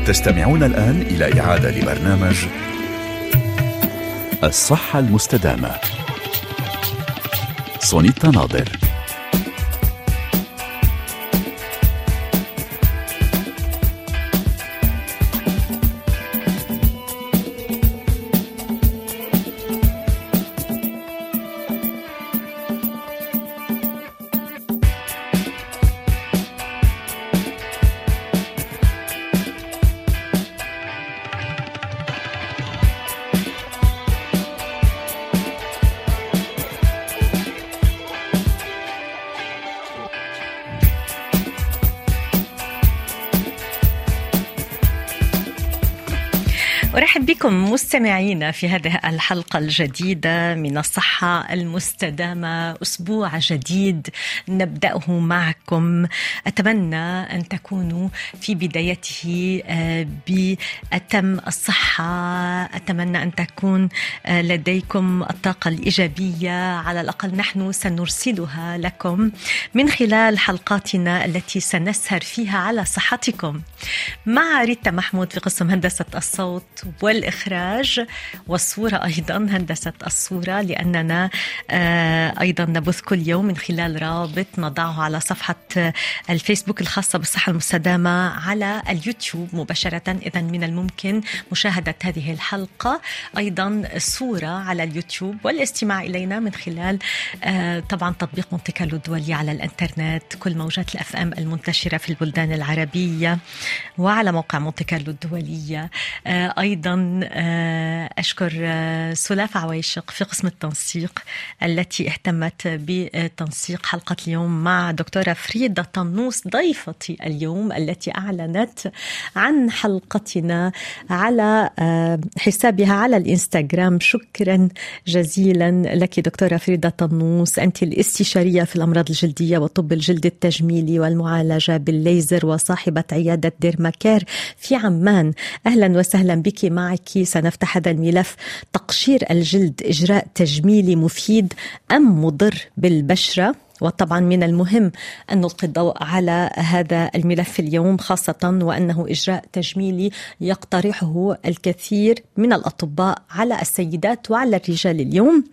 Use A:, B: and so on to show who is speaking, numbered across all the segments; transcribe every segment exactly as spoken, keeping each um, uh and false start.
A: تستمعون الآن إلى إعادة لبرنامج الصحة المستدامة. سونيتا ناظر.
B: أرحب بكم مستمعينا في هذه الحلقة الجديدة من الصحة المستدامة، أسبوع جديد نبدأه معكم. أتمنى أن تكونوا في بدايته بأتم الصحة، أتمنى أن تكون لديكم الطاقة الإيجابية، على الأقل نحن سنرسلها لكم من خلال حلقاتنا التي سنسهر فيها على صحتكم مع ريتا محمود في قسم هندسة الصوت والإخراج والصورة، أيضا هندسة الصورة، لأننا أيضا نبث كل يوم من خلال رابط نضعه على صفحة الفيسبوك الخاصة بالصحة المستدامة على اليوتيوب مباشرة. إذن من الممكن مشاهدة هذه الحلقة أيضا صورة على اليوتيوب والاستماع إلينا من خلال طبعا تطبيق مونتي كارلو الدولي على الإنترنت، كل موجات الأف أم المنتشرة في البلدان العربية وعلى موقع مونتي كارلو الدولية. أيضا أشكر سلاف عويشق في قسم التنسيق التي اهتمت بتنسيق حلقة اليوم مع دكتورة فريدة طنوس ضيفتي اليوم، التي أعلنت عن حلقتنا على حسابها على الإنستغرام. شكرا جزيلا لك دكتورة فريدة طنوس، أنت الاستشارية في الأمراض الجلدية وطب الجلد التجميلي والمعالجة بالليزر وصاحبة عيادة ديرماكير في عمان. أهلا وسهلا بك. معك سنفتح هذا الملف: تقشير الجلد إجراء تجميلي مفيد أم مضر بالبشرة؟ وطبعا من المهم أن نلقي الضوء على هذا الملف اليوم، خاصة وأنه إجراء تجميلي يقترحه الكثير من الأطباء على السيدات وعلى الرجال اليوم.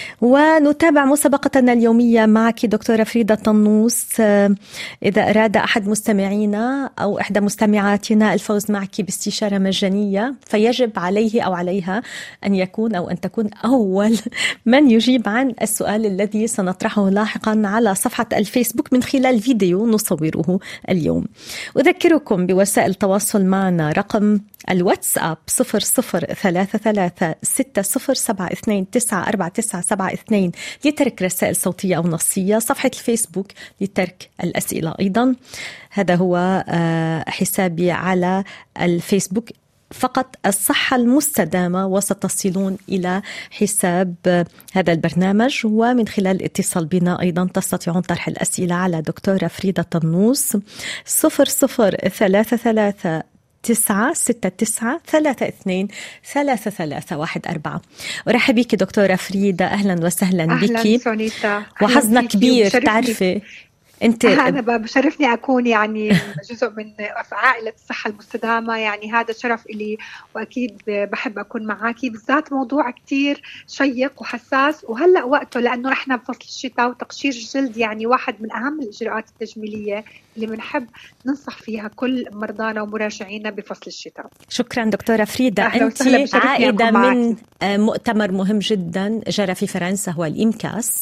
B: ونتابع مسابقتنا اليومية معك دكتورة فريدة طنوس. إذا أراد أحد مستمعينا أو إحدى مستمعاتنا الفوز معك باستشارة مجانية، فيجب عليه أو عليها أن يكون أو أن تكون أول من يجيب عن السؤال الذي سنطرحه لاحقا على صفحة الفيسبوك من خلال فيديو نصوره اليوم. أذكركم بوسائل التواصل معنا: رقم الواتساب صفر صفر ثلاثة ثلاثة ستة صفر سبعة اثنين تسعة أربعة تسعة سبعة اثنين لترك رسائل صوتية أو نصية، صفحة الفيسبوك لترك الأسئلة. أيضا هذا هو حسابي على الفيسبوك، فقط الصحة المستدامة، وستصلون إلى حساب هذا البرنامج. ومن خلال الاتصال بنا أيضا تستطيعون طرح الأسئلة على دكتورة فريدة طنوس صفر صفر ثلاثة ثلاثة تسعة ستة تسعة ثلاثة اثنين ثلاثة ثلاثة واحد أربعة. أرحب بك دكتورة فريدة، أهلا وسهلا بك.
C: أهلا سونيتا.
B: وحظنا كبير تعرفي أنت.
C: أنا بشرفني أكون يعني جزء من عائلة الصحة المستدامة، يعني هذا شرف إلي، وأكيد بحب أكون معاكي، بالذات موضوع كتير شيق وحساس وهلأ وقته، لأنه إحنا بفصل الشتاء وتقشير الجلد يعني واحد من أهم الإجراءات التجميلية اللي بنحب ننصح فيها كل مرضانا ومراجعينا بفصل الشتاء.
B: شكرا دكتورة فريدة. أنت عائدة من مؤتمر مهم جدا جرى في فرنسا، هو الإمكاس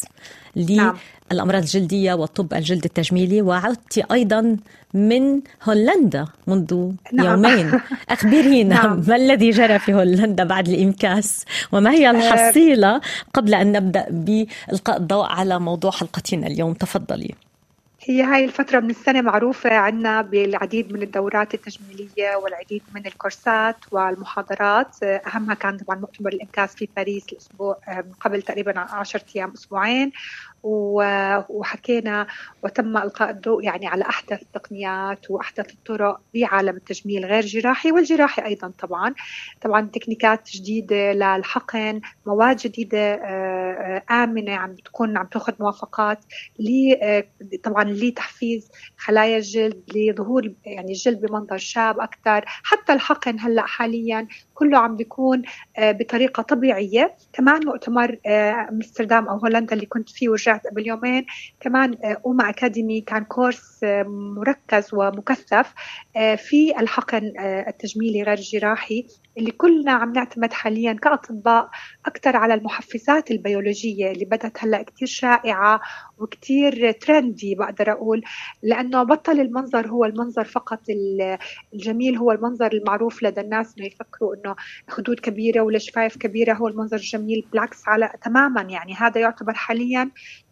B: للأمراض الجلدية والطب الجلد التجميلي، وعدت أيضا من هولندا منذ نعم. يومين. أخبرينا نعم. ما الذي جرى في هولندا بعد الإمكاس، وما هي الحصيلة قبل أن نبدأ بإلقاء الضوء على موضوع حلقتنا اليوم؟ تفضلي.
C: هي هاي الفترة من السنة معروفة عنا بالعديد من الدورات التجميلية والعديد من الكورسات والمحاضرات، أهمها كان طبعا مؤتمر الإمكاس في باريس الأسبوع قبل تقريبا عشرة أيام أسبوعين، وحكينا وتم إلقاء الضوء يعني على أحدث التقنيات وأحدث الطرق بعالم التجميل غير جراحي والجراحي أيضا. طبعا طبعا تكنيكات جديدة للحقن، مواد جديدة آمنة عم بتكون عم تأخذ موافقات لي طبعا لتحفيز خلايا الجلد، لظهور يعني الجلد بمنظر شاب أكثر. حتى الحقن هلأ حاليا كله عم بيكون بطريقة طبيعية. كمان مؤتمر أمستردام أو هولندا اللي كنت فيه ورجعت قبل يومين، كمان أوما أكاديمي كان كورس مركز ومكثف في الحقن التجميلي غير الجراحي، اللي كلنا عم نعتمد حاليا كأطباء أكثر على المحفزات البيولوجية اللي بدت هلأ كتير شائعة وكتير ترندي بقدر أقول، لأنه بطل المنظر هو المنظر فقط الجميل، هو المنظر المعروف لدى الناس إنه يفكروا إنه خدود كبيرة ولا شفايف كبيرة هو المنظر الجميل. بالعكس على تماما، يعني هذا يعتبر حاليا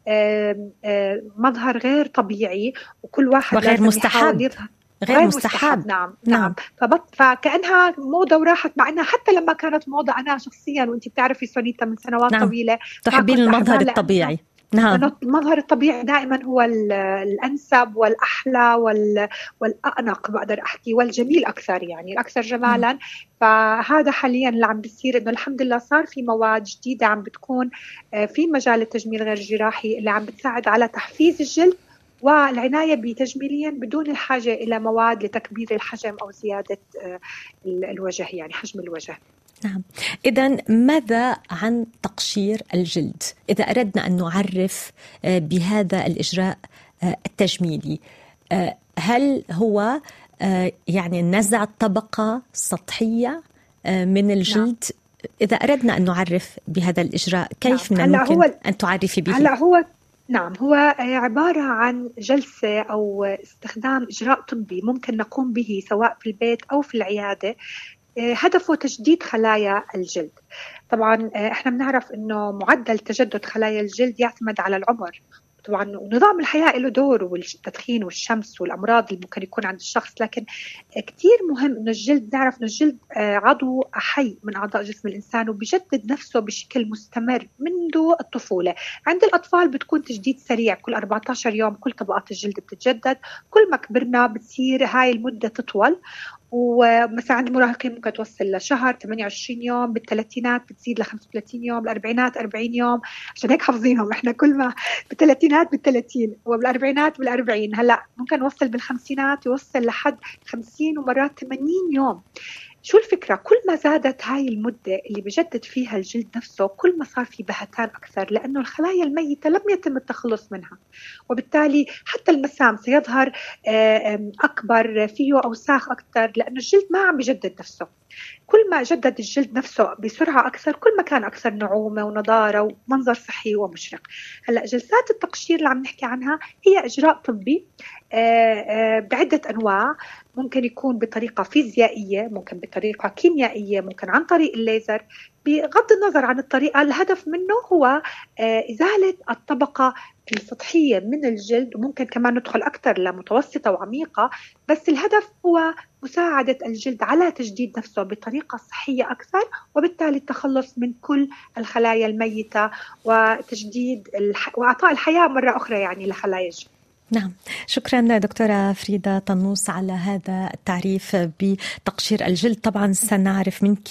C: مظهر غير طبيعي، وكل واحد
B: وغير مستحب
C: يظهر
B: غير, غير مستحب. مستحب
C: نعم نعم, نعم. فبط... فكأنها موضة وراحت، مع أنها حتى لما كانت موضة أنا شخصيا وأنت بتعرفي سونيتا من سنوات
B: نعم.
C: طويلة
B: تحبين المظهر الطبيعي.
C: نعم. المظهر الطبيعي دائما هو الأنسب والأحلى والأأنق بقدر أحكي، والجميل أكثر، يعني الأكثر جمالا. م. فهذا حاليا اللي عم بيصير، إنه الحمد لله صار في مواد جديدة عم بتكون في مجال التجميل غير الجراحي اللي عم بتساعد على تحفيز الجلد والعناية بتجميليا بدون الحاجة إلى مواد لتكبير الحجم أو زيادة الوجه، يعني حجم الوجه.
B: نعم. إذن ماذا عن تقشير الجلد؟ إذا أردنا أن نعرف بهذا الإجراء التجميلي، هل هو يعني نزع الطبقة السطحية من الجلد؟ نعم. إذا أردنا أن نعرف بهذا الإجراء كيف نعم. من الممكن أن تعرفي به؟
C: هلأ هو نعم هو عبارة عن جلسة أو استخدام إجراء طبي ممكن نقوم به سواء في البيت أو في العيادة، هدفه تجديد خلايا الجلد. طبعا احنا بنعرف انه معدل تجدد خلايا الجلد يعتمد على العمر، طبعا نظام الحياة له دور، والتدخين والشمس والأمراض اللي ممكن يكون عند الشخص، لكن كتير مهم إنه الجلد نعرف إنه الجلد عضو حي من أعضاء جسم الإنسان وبيجدد نفسه بشكل مستمر منذ الطفولة. عند الأطفال بتكون تجديد سريع كل أربعة عشر يوم، كل طبقات الجلد بتتجدد. كل ما كبرنا بتصير هاي المدة تطول، ومثلا عند المراهقين ممكن توصل لشهر، ثمانية وعشرين يوم، بالثلاثينات بتزيد ل خمسة وثلاثين يوم، بالأربعينات أربعين يوم، عشان هيك حافظينهم احنا كل ما بالثلاثينات بالثلاثين وبالأربعينات بالأربعين. هلا ممكن نوصل بالخمسينات يوصل لحد خمسين ومرات ثمانين يوم. شو الفكرة؟ كل ما زادت هاي المدة اللي بجدد فيها الجلد نفسه كل ما صار في بهتان أكثر، لأنه الخلايا الميتة لم يتم التخلص منها، وبالتالي حتى المسام سيظهر أكبر، فيه أوساخ أكثر، لأنه الجلد ما عم بجدد نفسه. كل ما جدد الجلد نفسه بسرعة أكثر كل ما كان أكثر نعومة ونضارة ومنظر صحي ومشرق. هلأ جلسات التقشير اللي عم نحكي عنها هي إجراء طبي بعدة أنواع، ممكن يكون بطريقة فيزيائية، ممكن بطريقة كيميائية، ممكن عن طريق الليزر. بغض النظر عن الطريقة، الهدف منه هو إزالة الطبقة السطحية من الجلد، وممكن كمان ندخل أكثر لمتوسطة وعميقة، بس الهدف هو مساعدة الجلد على تجديد نفسه بطريقة صحية أكثر، وبالتالي التخلص من كل الخلايا الميتة وتجديد الح... وإعطاء الحياة مرة أخرى يعني لخلايا الجلد.
B: نعم، شكرا دكتورة فريدة طنوس على هذا التعريف بتقشير الجلد. طبعا سنعرف منك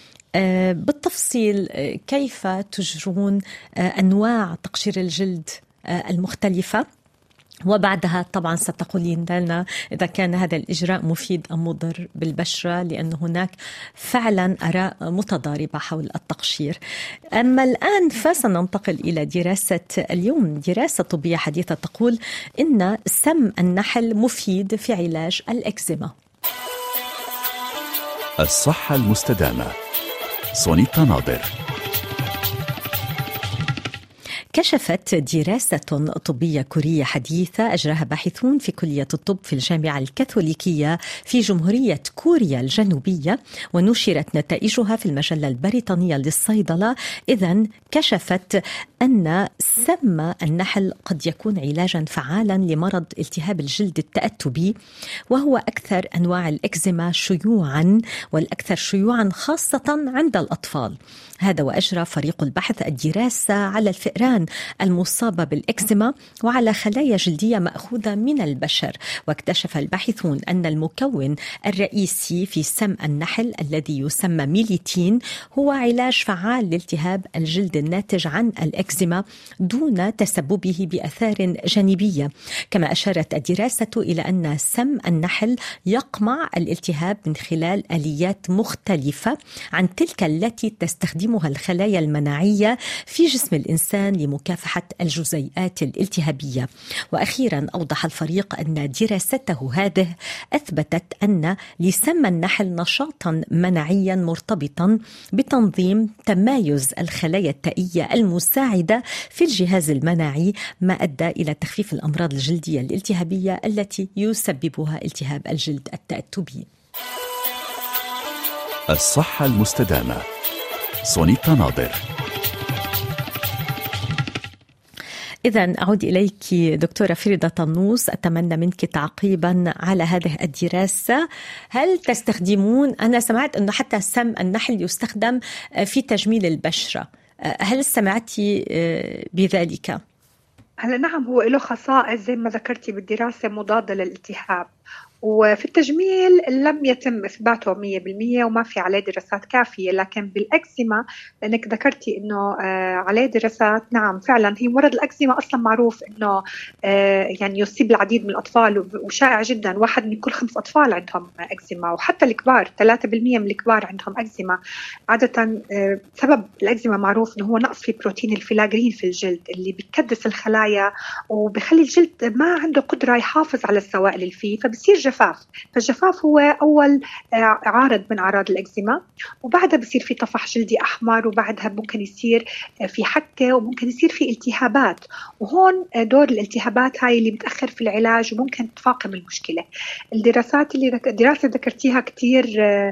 B: بالتفصيل كيف تجرون أنواع تقشير الجلد المختلفة، وبعدها طبعا ستقولين لنا إذا كان هذا الإجراء مفيد أم مضر بالبشرة، لأن هناك فعلا آراء متضاربة حول التقشير. أما الآن فسننتقل إلى دراسة اليوم، دراسة طبية حديثة تقول إن سم النحل مفيد في علاج الإكزيما.
A: الصحة المستدامة، سونيتا ناظر.
B: كشفت دراسة طبية كورية حديثة أجراها باحثون في كلية الطب في الجامعة الكاثوليكية في جمهورية كوريا الجنوبية، ونشرت نتائجها في المجلة البريطانية للصيدلة. إذن كشفت أن سم النحل قد يكون علاجا فعالا لمرض التهاب الجلد التأتبي، وهو أكثر أنواع الإكزيما شيوعا والأكثر شيوعا خاصة عند الأطفال. هذا وأجرى فريق البحث الدراسة على الفئران المصابة بالإكزيما وعلى خلايا جلدية مأخوذة من البشر، واكتشف الباحثون أن المكون الرئيسي في سم النحل الذي يسمى ميليتين هو علاج فعال لالتهاب الجلد الناتج عن الإكزيما دون تسببه بآثار جانبية. كما أشارت الدراسة إلى أن سم النحل يقمع الالتهاب من خلال آليات مختلفة عن تلك التي تستخدمها الخلايا المناعية في جسم الإنسان لمكافحة الجزيئات الالتهابية. وأخيرا أوضح الفريق أن دراسته هذه أثبتت أن لسم النحل نشاطا مناعيا مرتبطا بتنظيم تمايز الخلايا التائية المساعدة في الجهاز المناعي، ما أدى إلى تخفيف الأمراض الجلدية الالتهابية التي يسببها التهاب الجلد التأتبي.
A: الصحة المستدامة. سونيتا ناظر.
B: إذن أعود إليك دكتورة فريدة طنوس، أتمنى منك تعقيبا على هذه الدراسة. هل تستخدمون، أنا سمعت أنه حتى سم النحل يستخدم في تجميل البشرة، هل سمعتي بذلك؟
C: هلا نعم، هو له خصائص زي ما ذكرتي بالدراسة مضادة للالتهاب، وفي التجميل لم يتم إثباته مية بالمية وما في عليه دراسات كافية. لكن بالأكزيما لأنك ذكرتي إنه عليه دراسات، نعم فعلا هي مرض الأكزيما أصلا معروف إنه يعني يصيب العديد من الأطفال وشائع جدا، واحد من كل خمس أطفال عندهم أكزيما، وحتى الكبار ثلاثة بالمية من الكبار عندهم أكزيما. عادة سبب الأكزيما معروف إنه هو نقص في بروتين الفيلاغرين في الجلد اللي بيكدس الخلايا وبيخلي الجلد ما عنده قدرة يحافظ على السوائل اللي فيه، فبصير جفاف. فالجفاف هو أول عارض من أعراض الإكزيما، وبعدها بصير في طفح جلدي أحمر، وبعدها ممكن يصير في حكة، وممكن يصير في التهابات. وهون دور الالتهابات هاي اللي بتأخر في العلاج وممكن تفاقم المشكلة. الدراسات اللي ذك... دراسة ذكرتيها كتير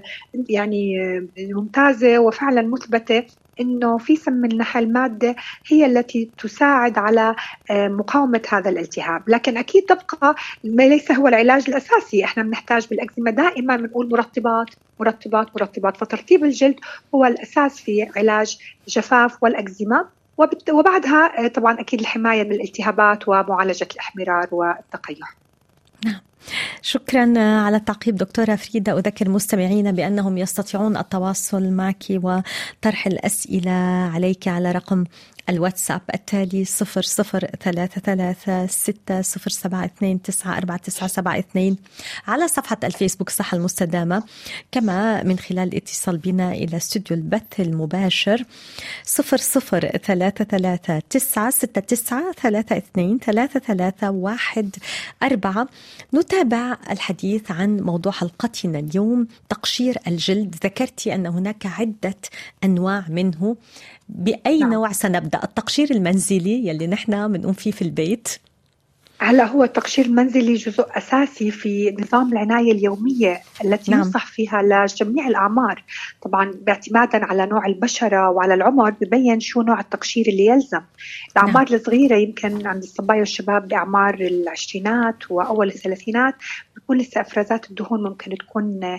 C: يعني ممتازة وفعلا مثبتة إنه في سم النحل مادة هي التي تساعد على مقاومة هذا الالتهاب. لكن أكيد تبقى ما ليس هو العلاج الأساسي. إحنا بنحتاج بالأكزيما دائما بنقول مرطبات مرطبات مرطبات، فترطيب الجلد هو الأساس في علاج الجفاف والأكزيما، وبعدها طبعا أكيد الحماية من الالتهابات ومعالجة الإحمرار والتقيح.
B: نعم، شكرا على التعقيب دكتورة فريدة. أذكر مستمعينا بأنهم يستطيعون التواصل معك وطرح الأسئلة عليك على رقم الواتساب التالي صفر صفر ثلاثة ثلاثة ستة صفر سبعة اثنين تسعة أربعة تسعة سبعة اثنين، على صفحة الفيسبوك صحة المستدامة، كما من خلال الاتصال بنا إلى استوديو البث المباشر صفر صفر ثلاثة ثلاثة تسعة ستة تسعة ثلاثة اثنين ثلاثة ثلاثة واحد أربعة. نتابع الحديث عن موضوع حلقتنا اليوم، تقشير الجلد. ذكرتي أن هناك عدة أنواع منه، بأي نعم. نوع سنبدأ؟ التقشير المنزلي يلي نحن بنقوم فيه في البيت.
C: هلا هو التقشير المنزلي جزء أساسي في نظام العناية اليومية التي نعم. ينصح فيها لجميع الأعمار، طبعا باعتمادا على نوع البشرة وعلى العمر ببين شو نوع التقشير اللي يلزم. الأعمار نعم. الصغيرة يمكن عند الصبايا والشباب بأعمار العشرينات وأول الثلاثينات بيكون لسه إفرازات الدهون ممكن تكون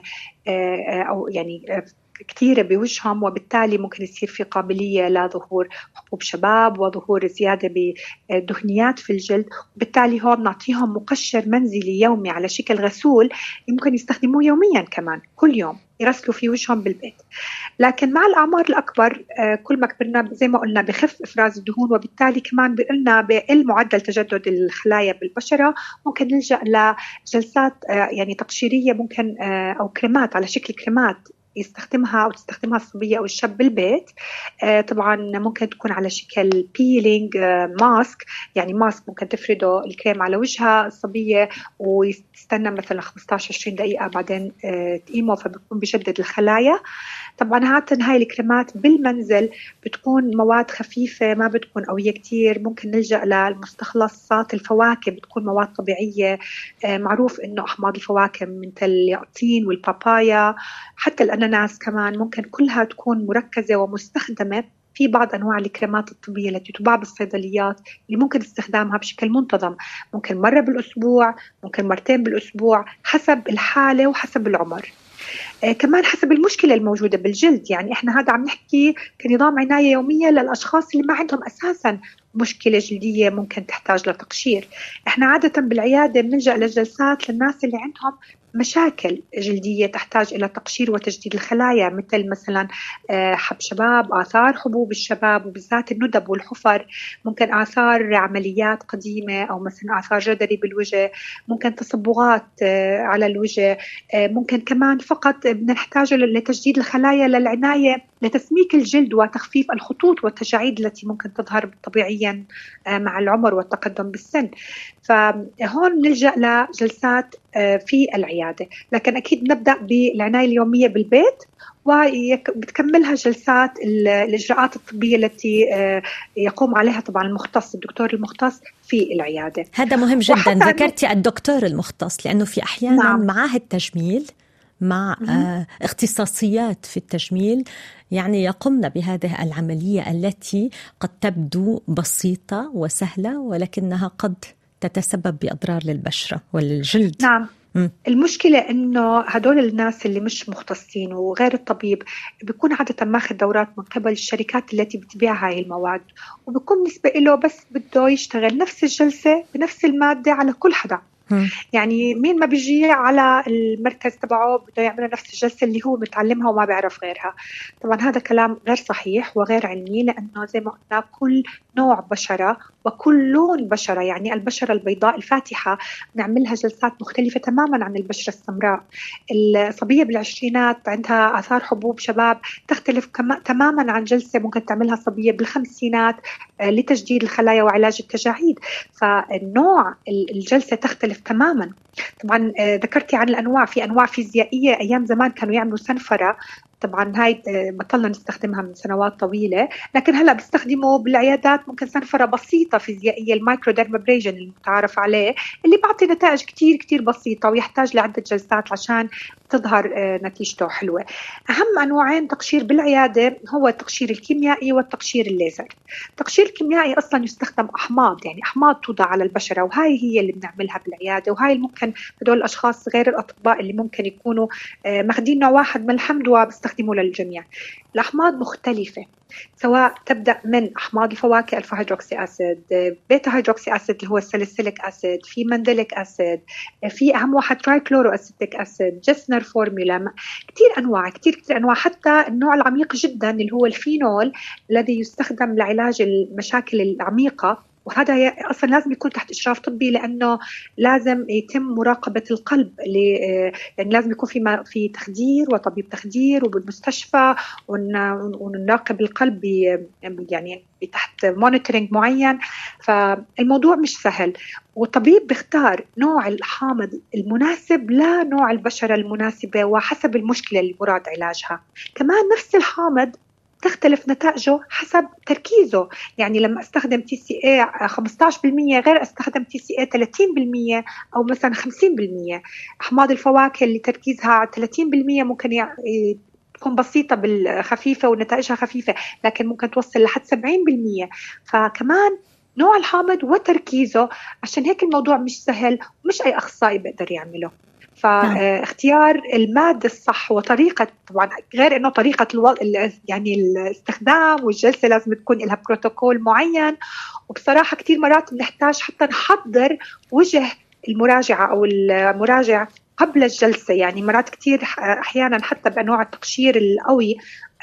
C: أو يعني كثيرة بوجههم، وبالتالي ممكن يصير في قابلية لظهور حبوب شباب وظهور زيادة بدهنيات في الجلد. وبالتالي هون نعطيهم مقشر منزلي يومي على شكل غسول يمكن يستخدموه يوميا كمان كل يوم يرسلوا في وجههم بالبيت. لكن مع الأعمار الأكبر كل ما كبرنا زي ما قلنا بخف إفراز الدهون، وبالتالي كمان بقلنا بقل معدل تجدد الخلايا بالبشرة. ممكن نلجأ لجلسات يعني تقشيرية ممكن أو كريمات على شكل كريمات يستخدمها أو تستخدمها الصبية أو الشاب بالبيت. آه طبعا ممكن تكون على شكل بيلينج آه ماسك، يعني ماسك ممكن تفرده الكريم على وجهها الصبية ويستنى مثلا خمسة عشر عشرين دقيقة بعدين آه تقيمه، فبيكون بيجدد الخلايا. طبعا هاتن هاي الكريمات بالمنزل بتكون مواد خفيفة ما بتكون قوية كتير. ممكن نلجأ للمستخلصات الفواكه، بتكون مواد طبيعية. آه معروف إنه أحماض الفواكه مثل اليقطين والبابايا حتى الأناناس كمان ممكن كلها تكون مركزة ومستخدمة في بعض أنواع الكريمات الطبية التي تباع بالصيدليات اللي ممكن استخدامها بشكل منتظم، ممكن مرة بالأسبوع، ممكن مرتين بالأسبوع، حسب الحالة وحسب العمر. آه كمان حسب المشكلة الموجودة بالجلد. يعني إحنا هذا عم نحكي كنظام عناية يومية للأشخاص اللي ما عندهم أساساً مشكلة جلدية ممكن تحتاج لتقشير. إحنا عادة بالعيادة بنلجأ للجلسات للناس اللي عندهم مشاكل جلدية تحتاج إلى تقشير وتجديد الخلايا، مثل مثلا حب شباب، آثار حبوب الشباب وبالذات الندب والحفر، ممكن آثار عمليات قديمة أو مثلا آثار جدري بالوجه، ممكن تصبغات على الوجه، ممكن كمان فقط بدنا نحتاجه لتجديد الخلايا للعناية لتسميك الجلد وتخفيف الخطوط والتجاعيد التي ممكن تظهر طبيعيا مع العمر والتقدم بالسن. فهون نلجأ لجلسات في العيادة، لكن أكيد نبدأ بالعناية اليومية بالبيت وبتكملها جلسات الإجراءات الطبية التي يقوم عليها طبعا المختص، الدكتور المختص في العيادة.
B: هذا مهم جدا، ذكرتي الدكتور المختص، لأنه في أحيانا نعم. معاه التجميل مع آه اختصاصيات في التجميل يعني يقمن بهذه العملية التي قد تبدو بسيطة وسهلة ولكنها قد تتسبب بأضرار للبشرة والجلد.
C: نعم. م. المشكلة إنه هدول الناس اللي مش مختصين وغير الطبيب بيكون عادة ماخذ دورات من قبل الشركات التي بتبيع هاي المواد، وبيكون بالنسبة له بس بده يشتغل نفس الجلسة بنفس المادة على كل حدا. يعني مين ما بيجي على المركز تبعه بده يعمل نفس الجلسة اللي هو متعلمها وما بيعرف غيرها. طبعا هذا كلام غير صحيح وغير علمي، لأنه زي ما قلنا كل نوع بشرة وكل لون بشرة، يعني البشرة البيضاء الفاتحة نعملها جلسات مختلفة تماما عن البشرة السمراء. الصبية بالعشرينات عندها آثار حبوب شباب تختلف تماما عن جلسة ممكن تعملها صبية بالخمسينات لتجديد الخلايا وعلاج التجاعيد. فالنوع الجلسة تختلف تماما. طبعا ذكرتي عن الأنواع، في أنواع فيزيائية أيام زمان كانوا يعملوا سنفرة، طبعا هاي بطلنا نستخدمها من سنوات طويلة، لكن هلأ بيستخدموا بالعيادات ممكن سنفرة بسيطة فيزيائية، المايكروديرمابريجن المتعارف عليه، اللي بعطي نتائج كتير كتير بسيطة ويحتاج لعدة جلسات عشان تظهر نتيجته حلوة. أهم أنواعين تقشير بالعيادة هو التقشير الكيميائي والتقشير الليزر. التقشير الكيميائي أصلا يستخدم أحماض، يعني أحماض توضع على البشرة، وهاي هي اللي بنعملها بالعيادة، وهاي ممكن هدول الأشخاص غير الأطباء اللي ممكن يكونوا ماخدين نوع واحد من الحمض وبيستخدموه للجميع. الأحماض مختلفة، سواء تبدأ من أحماض الفواكه ألفا هيدروكسي أسيد، بيتا هيدروكسي أسيد اللي هو الساليسيليك أسيد، في مندليك أسيد، في أهم واحد ترايكلورو أسيتيك أسيد، جسنر فورمولا، كتير أنواع كتير كتير أنواع. حتى النوع العميق جدا اللي هو الفينول الذي يستخدم لعلاج المشاكل العميقة، وهذا أصلا لازم يكون تحت إشراف طبي لأنه لازم يتم مراقبة القلب، يعني لازم يكون في في تخدير وطبيب تخدير وبالمستشفى ونراقب القلب يعني تحت مونيتورينج معين. فالموضوع مش سهل، والطبيب بيختار نوع الحامض المناسب لنوع البشرة المناسبة وحسب المشكلة اللي مراد علاجها. كمان نفس الحامض تختلف نتائجه حسب تركيزه، يعني لما استخدم تي سي اي خمسة عشر بالمية غير استخدم تي سي اي ثلاثين بالمية او مثلا خمسين بالمية. احماض الفواكه اللي تركيزها ثلاثين بالمية ممكن تكون بسيطة بالخفيفة ونتائجها خفيفة، لكن ممكن توصل لحد سبعين بالمية. فكمان نوع الحامض وتركيزه، عشان هيك الموضوع مش سهل ومش اي اخصائي بيقدر يعمله. فاختيار المادة الصح وطريقة، طبعا غير انه طريقة الو... يعني الاستخدام والجلسة لازم تكون لها بروتوكول معين. وبصراحة كتير مرات بنحتاج حتى نحضر وجه المراجعة او المراجع قبل الجلسة، يعني مرات كتير احيانا حتى بانواع التقشير القوي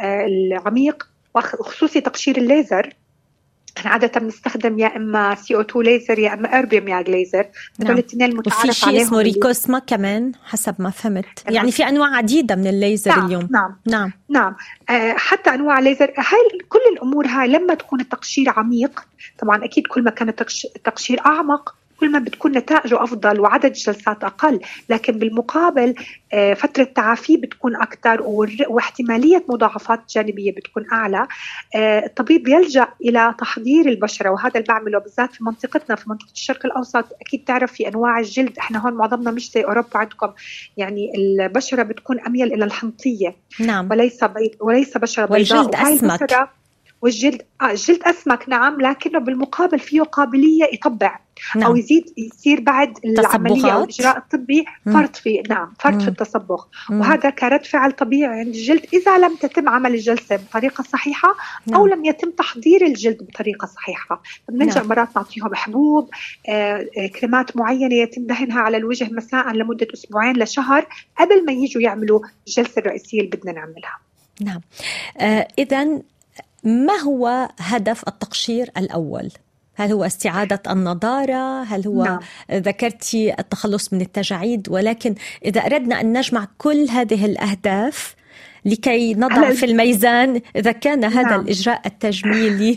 C: العميق وخصوصي تقشير الليزر، احنا عادة بنستخدم يا اما سي او تو ليزر يا اما اربيوم ياج ليزر، هذول الاثنين المتعارف عليهم.
B: وفي شيء اسمه ريكوسما كمان حسب ما فهمت، يعني في انواع عديدة من الليزر.
C: نعم
B: اليوم
C: نعم
B: نعم
C: نعم آه حتى انواع ليزر. هاي كل الامور هاي لما تكون التقشير عميق، طبعا اكيد كل ما كان التقشير اعمق كل ما بتكون نتائجه أفضل وعدد جلسات أقل، لكن بالمقابل فترة تعافي بتكون أكثر واحتمالية مضاعفات جانبية بتكون أعلى. الطبيب يلجأ إلى تحضير البشرة، وهذا اللي بعمله بالذات في منطقتنا في منطقة الشرق الأوسط. أكيد تعرف في أنواع الجلد، إحنا هون معظمنا مش زي أوروبا عندكم، يعني البشرة بتكون أميل إلى الحنطية.
B: نعم.
C: وليس بي... وليس بشرة بيضاء،
B: والجلد أسمك.
C: والجلد آه الجلد أسمك نعم، لكنه بالمقابل فيه قابلية يطبع نعم. أو يزيد يصير بعد العملية أو الإجراء الطبي فرط في نعم فرط مم. في التصبغ، مم. وهذا كرد فعل طبيعي عند الجلد إذا لم تتم عمل الجلسة بطريقة صحيحة نعم. أو لم يتم تحضير الجلد بطريقة صحيحة. بنلجأ نعم. مرات نعطيهم حبوب آه كريمات معينة يتم دهنها على الوجه مساء لمدة أسبوعين لشهر قبل ما يجوا يعملوا الجلسة الرئيسية اللي بدنا نعملها.
B: نعم. آه إذن ما هو هدف التقشير الأول؟ هل هو استعادة النضارة؟ هل هو نعم. ذكرتي التخلص من التجاعيد؟ ولكن إذا أردنا أن نجمع كل هذه الأهداف لكي نضع في الميزان إذا كان هذا نعم. الإجراء التجميلي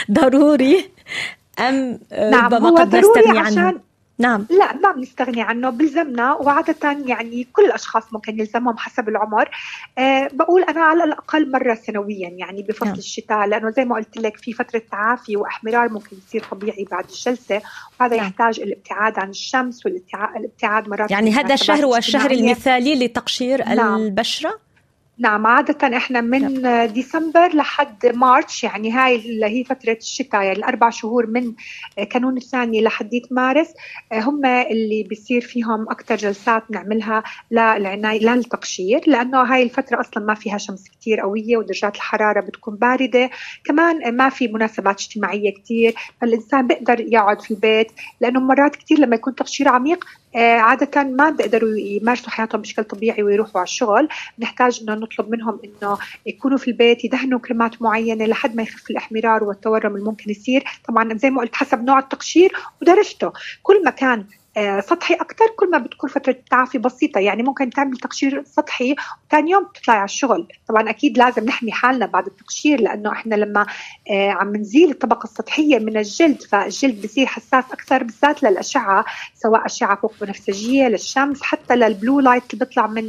B: ضروري أم
C: نعم
B: ربما قد نستغني عنه؟
C: نعم لا ما بنستغني عنه، بلزمنا وعادة يعني كل الأشخاص ممكن يلزمهم حسب العمر. أه بقول أنا على الأقل مرة سنويا يعني بفصل نعم. الشتاء، لأنه زي ما قلت لك في فترة تعافي وإحمرار ممكن يصير طبيعي بعد الجلسة، وهذا نعم. يحتاج الابتعاد عن الشمس والابتعاد مرات
B: يعني هذا الشهر هو الشهر المثالي لتقشير نعم. البشرة.
C: نعم عادة إحنا من نعم. ديسمبر لحد مارس، يعني هاي اللي هي فترة الشتاء، يعني الأربع شهور من كانون الثاني لحديت مارس هم اللي بيصير فيهم أكتر جلسات نعملها للعناية للتقشير، لأنه هاي الفترة أصلا ما فيها شمس كتير قوية ودرجات الحرارة بتكون باردة، كمان ما في مناسبات اجتماعية كتير، فالإنسان بيقدر يقعد في البيت، لأنه مرات كتير لما يكون تقشير عميق عادة ما بيقدروا يمارسوا حياتهم بشكل طبيعي ويروحوا على الشغل، نحتاج إنه نطلب منهم إنه يكونوا في البيت يدهنوا كريمات معينة لحد ما يخف الإحمرار والتورم الممكن يصير. طبعا زي ما قلت حسب نوع التقشير ودرجته، كل ما كان سطحي أكتر كل ما بتكون فترة تعافي بسيطة، يعني ممكن تعمل تقشير سطحي وثاني يوم تطلع على الشغل. طبعا أكيد لازم نحمي حالنا بعد التقشير، لأنه إحنا لما عم نزيل الطبقة السطحية من الجلد فالجلد بصير حساس أكثر بالذات للأشعة، سواء أشعة فوق بنفسجية للشمس حتى للبلو لايت اللي بيطلع من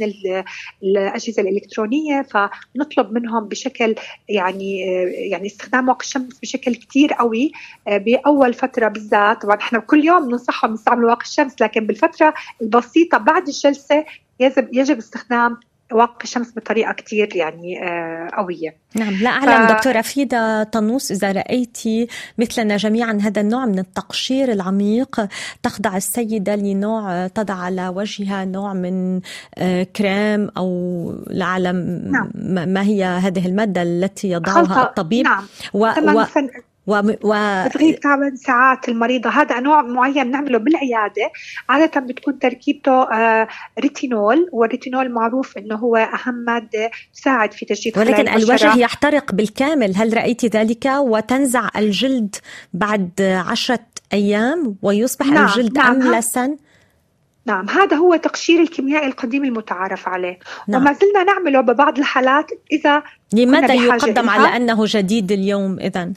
C: الأجهزة الإلكترونية، فنطلب منهم بشكل يعني يعني استخدام واقي الشمس بشكل كتير قوي بأول فترة بالذات. طبعا إحنا كل يوم ننصحهم يستعملوا واقي الشمس، لكن بالفترة البسيطة بعد الجلسة يجب يجب استخدام واقي الشمس بطريقة كتير يعني قوية.
B: نعم لا أعلم ف... دكتورة فيدا طنوس إذا رأيتي مثلنا جميعا هذا النوع من التقشير العميق، تخضع السيدة لنوع تضع على وجهها نوع من كريم أو لا أعلم نعم. ما هي هذه المادة التي يضعها خلطة. الطبيب
C: نعم.
B: و... و...
C: و... و... بتغيب ثمان ساعات المريضة. هذا نوع معين نعمله بالعيادة، عادة بتكون تركيبته آه ريتينول، والريتينول معروف إنه هو أهم مادة تساعد في تجديد خلايا
B: البشرة. ولكن الوجه يحترق بالكامل، هل رأيتي ذلك؟ وتنزع الجلد بعد عشرة أيام ويصبح نعم. الجلد نعم. أملسا.
C: نعم هذا هو تقشير الكيميائي القديم المتعارف عليه نعم. وما زلنا نعمله ببعض الحالات. إذا
B: لماذا يقدم على أنه جديد اليوم إذن؟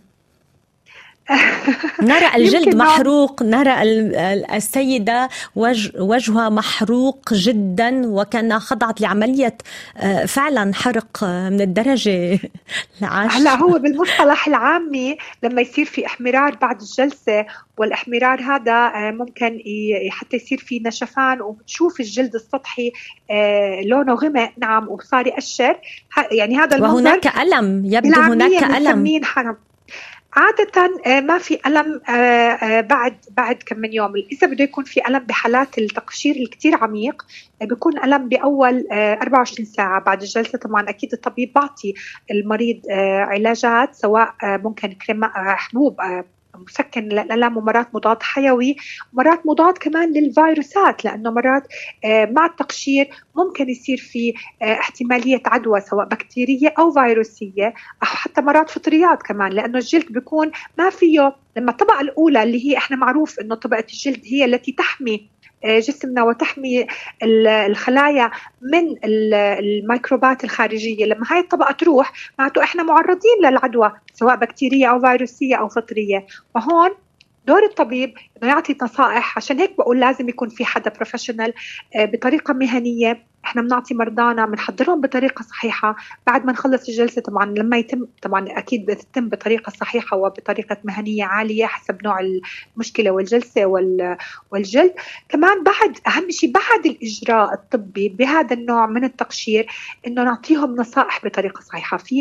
B: نرى الجلد محروق، نرى السيدة وجهها محروق جدا وكان خضعت لعملية فعلا حرق من الدرجة العاشرة.
C: هلا هو بالمصطلح العامي لما يصير في احمرار بعد الجلسة، والاحمرار هذا ممكن حتى يصير في نشفان وبتشوف الجلد السطحي لونه غمق نعم وصار يقشر، يعني هذا المنظر.
B: وهناك ألم، يبدو هناك ألم.
C: حرم. عادة ما في ألم بعد بعد كم من يوم. إذا بده يكون في ألم بحالات التقشير الكتير عميق بيكون ألم بأول أربعة وعشرين ساعة بعد الجلسة. طبعا أكيد الطبيب بعطي المريض علاجات، سواء ممكن كريم حبوب مسكن للألم ومرات مضاد حيوي ومرات مضاد كمان للفيروسات، لأنه مرات مع التقشير ممكن يصير في احتمالية عدوى سواء بكتيرية أو فيروسية أو حتى مرات فطريات كمان، لأنه الجلد بيكون ما فيه لما الطبقة الأولى اللي هي احنا معروف أنه طبقة الجلد هي التي تحمي جسمنا وتحمي الخلايا من الميكروبات الخارجية، لما هاي الطبقة تروح معناته احنا معرضين للعدوى سواء بكتيرية أو فيروسية أو فطرية. وهون دور الطبيب إنه يعطي نصائح، عشان هيك بقول لازم يكون في حدا بروفيشنال بطريقة مهنية. احنا بنعطي مرضانا بنحضرهم بطريقة صحيحة بعد ما نخلص الجلسة. طبعا لما يتم طبعا أكيد بتتم بطريقة صحيحة وبطريقة مهنية عالية حسب نوع المشكلة والجلسة والجلد. كمان بعد أهم شيء بعد الإجراء الطبي بهذا النوع من التقشير إنه نعطيهم نصائح بطريقة صحيحة. في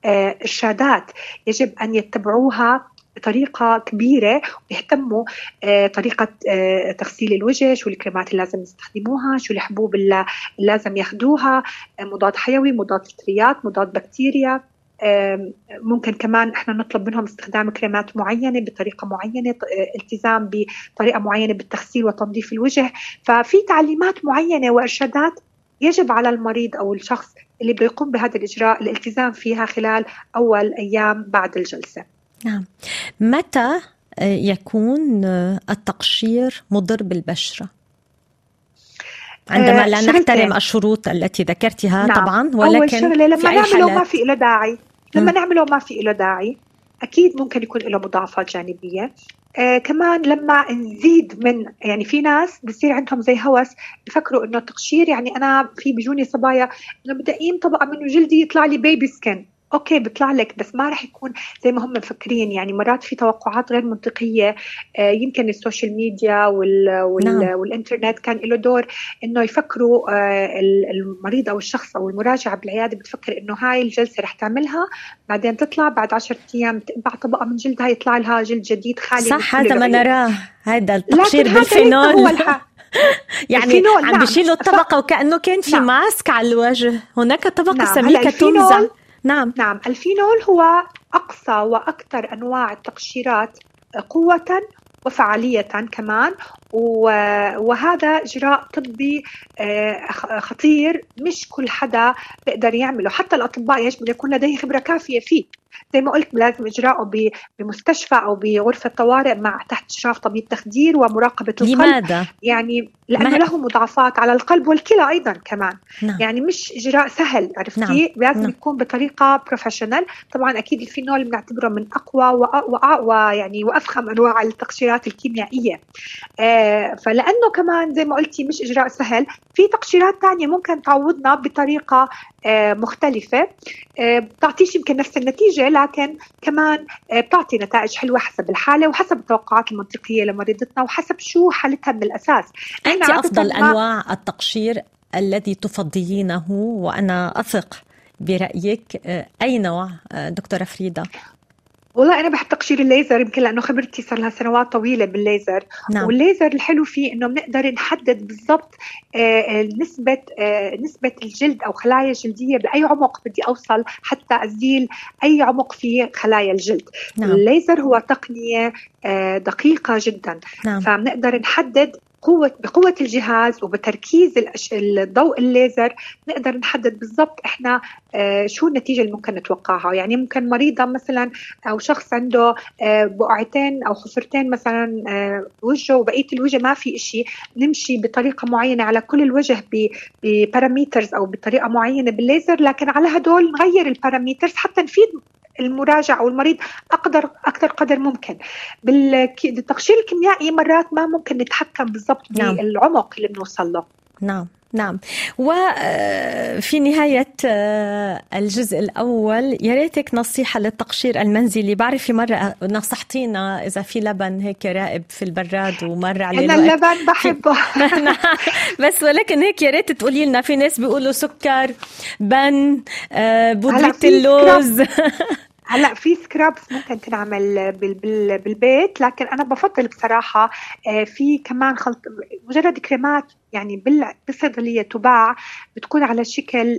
C: إرشادات يجب أن يتبعوها بطريقة كبيرة، ويهتموا طريقة تغسيل الوجه، شو الكريمات اللي لازم يستخدموها، شو الحبوب اللي لازم ياخدوها، مضاد حيوي، مضاد فطريات، مضاد بكتيريا. ممكن كمان احنا نطلب منهم استخدام كريمات معينة بطريقة معينة، التزام بطريقة معينة بالتغسيل وتنظيف الوجه. ففي تعليمات معينة وإرشادات يجب على المريض أو الشخص اللي بيقوم بهذا الإجراء الالتزام فيها خلال أول أيام بعد الجلسة.
B: نعم. متى يكون التقشير مضر بالبشرة؟ عندما لا نحترم الشروط التي ذكرتها. نعم. طبعا، ولكن
C: أول شغلة لما نعمله ما في له داعي، لما م. نعمله ما في له داعي أكيد ممكن يكون له مضاعفات جانبية. آه كمان لما نزيد من، يعني في ناس بصير عندهم زي هوس يفكروا إنه التقشير يعني أنا في بيجوني صبايا إنه بدي أقيم طبقة من جلدي يطلع لي بيبي سكين. أوكي بيطلع لك، بس ما رح يكون زي ما هم مفكرين. يعني مرات في توقعات غير منطقية. آه يمكن السوشيال ميديا وال وال نعم. والإنترنت كان له دور إنه يفكروا آه المريض أو الشخص أو المراجعة بالعيادة بتفكر إنه هاي الجلسة رح تعملها بعدين تطلع بعد عشرة أيام تقبع طبقة من جلدها يطلع لها جلد جديد خالي.
B: صح، هذا ما نراه، هذا التقشير بالفينول يعني عم بيشيلوا الطبقة ف... وكأنه كان في نعم. ماسك على الوجه. هناك طبقة نعم. سميكة تنزع. نعم
C: نعم الفينول هو أقصى وأكثر أنواع التقشيرات قوة وفعالية كمان، وهذا إجراء طبي خطير مش كل حدا بيقدر يعمله. حتى الأطباء يجب أن يكون لديه خبرة كافية فيه. زي ما قلت لازم إجراءه بمستشفى أو بغرفة طوارئ مع تحت إشراف طبيب تخدير ومراقبة القلب.
B: لماذا؟
C: يعني لأنه ما... له مضاعفات على القلب والكلى أيضا كمان. نعم. يعني مش إجراء سهل، عرفتي؟ نعم. لازم نعم. يكون بطريقة بروفيشنال. طبعا أكيد الفينول بنعتبره من أقوى وأقوى يعني وأفخم أنواع التقشيرات الكيميائية. آه فلأنه كمان زي ما قلتي مش إجراء سهل، في تقشيرات تانية ممكن تعوضنا بطريقة آه مختلفة، آه بتعطيش يمكن نفس النتيجة لكن كمان آه بتعطي نتائج حلوة حسب الحالة وحسب التوقعات المنطقية لمريضتنا وحسب شو حالتها من الأساس.
B: أنت أفضل أنواع التقشير الذي تفضلينه وأنا أثق برأيك، أي نوع دكتورة فريدة؟
C: والله أنا بحب تقشير الليزر يمكن لأنه خبرتي صار لها سنوات طويلة بالليزر. نعم. والليزر الحلو فيه إنه بنقدر نحدد بالضبط آه نسبة آه نسبة الجلد أو خلايا الجلدية بأي عمق بدي أوصل حتى أزيل أي عمق في خلايا الجلد. نعم. الليزر هو تقنية آه دقيقة جدا. نعم. فبنقدر نحدد قوة بقوة الجهاز وبتركيز الضوء الليزر نقدر نحدد بالضبط إحنا آه شو النتيجة اللي ممكن نتوقعها. يعني ممكن مريضة مثلا أو شخص عنده آه بقعتين أو حفرتين مثلا آه وجهه وبقية الوجه ما في إشي، نمشي بطريقة معينة على كل الوجه بباراميترز أو بطريقة معينة بالليزر، لكن على هدول نغير الباراميترز حتى نفيد المراجع أو المريض أقدر أكثر قدر ممكن. بالتقشير الكيميائي مرات ما ممكن نتحكم بالضبط نعم. بالعمق اللي بنوصل له.
B: نعم نعم. وفي نهاية الجزء الأول يا ريتك نصيحة للتقشير المنزلي. بعرف في مرة نصحتينا إذا في لبن هيك راقب في البراد ومر عليه
C: أنا اللبن بحبه
B: بس ولكن هيك يا ريت تقولي لنا. في ناس بيقولوا سكر، بن، بودرة اللوز.
C: هلا في سكرابس ممكن تنعمل بالبيت، لكن انا بفضل بصراحه في كمان خلط مجرد كريمات يعني بالصيدليه تباع بتكون على شكل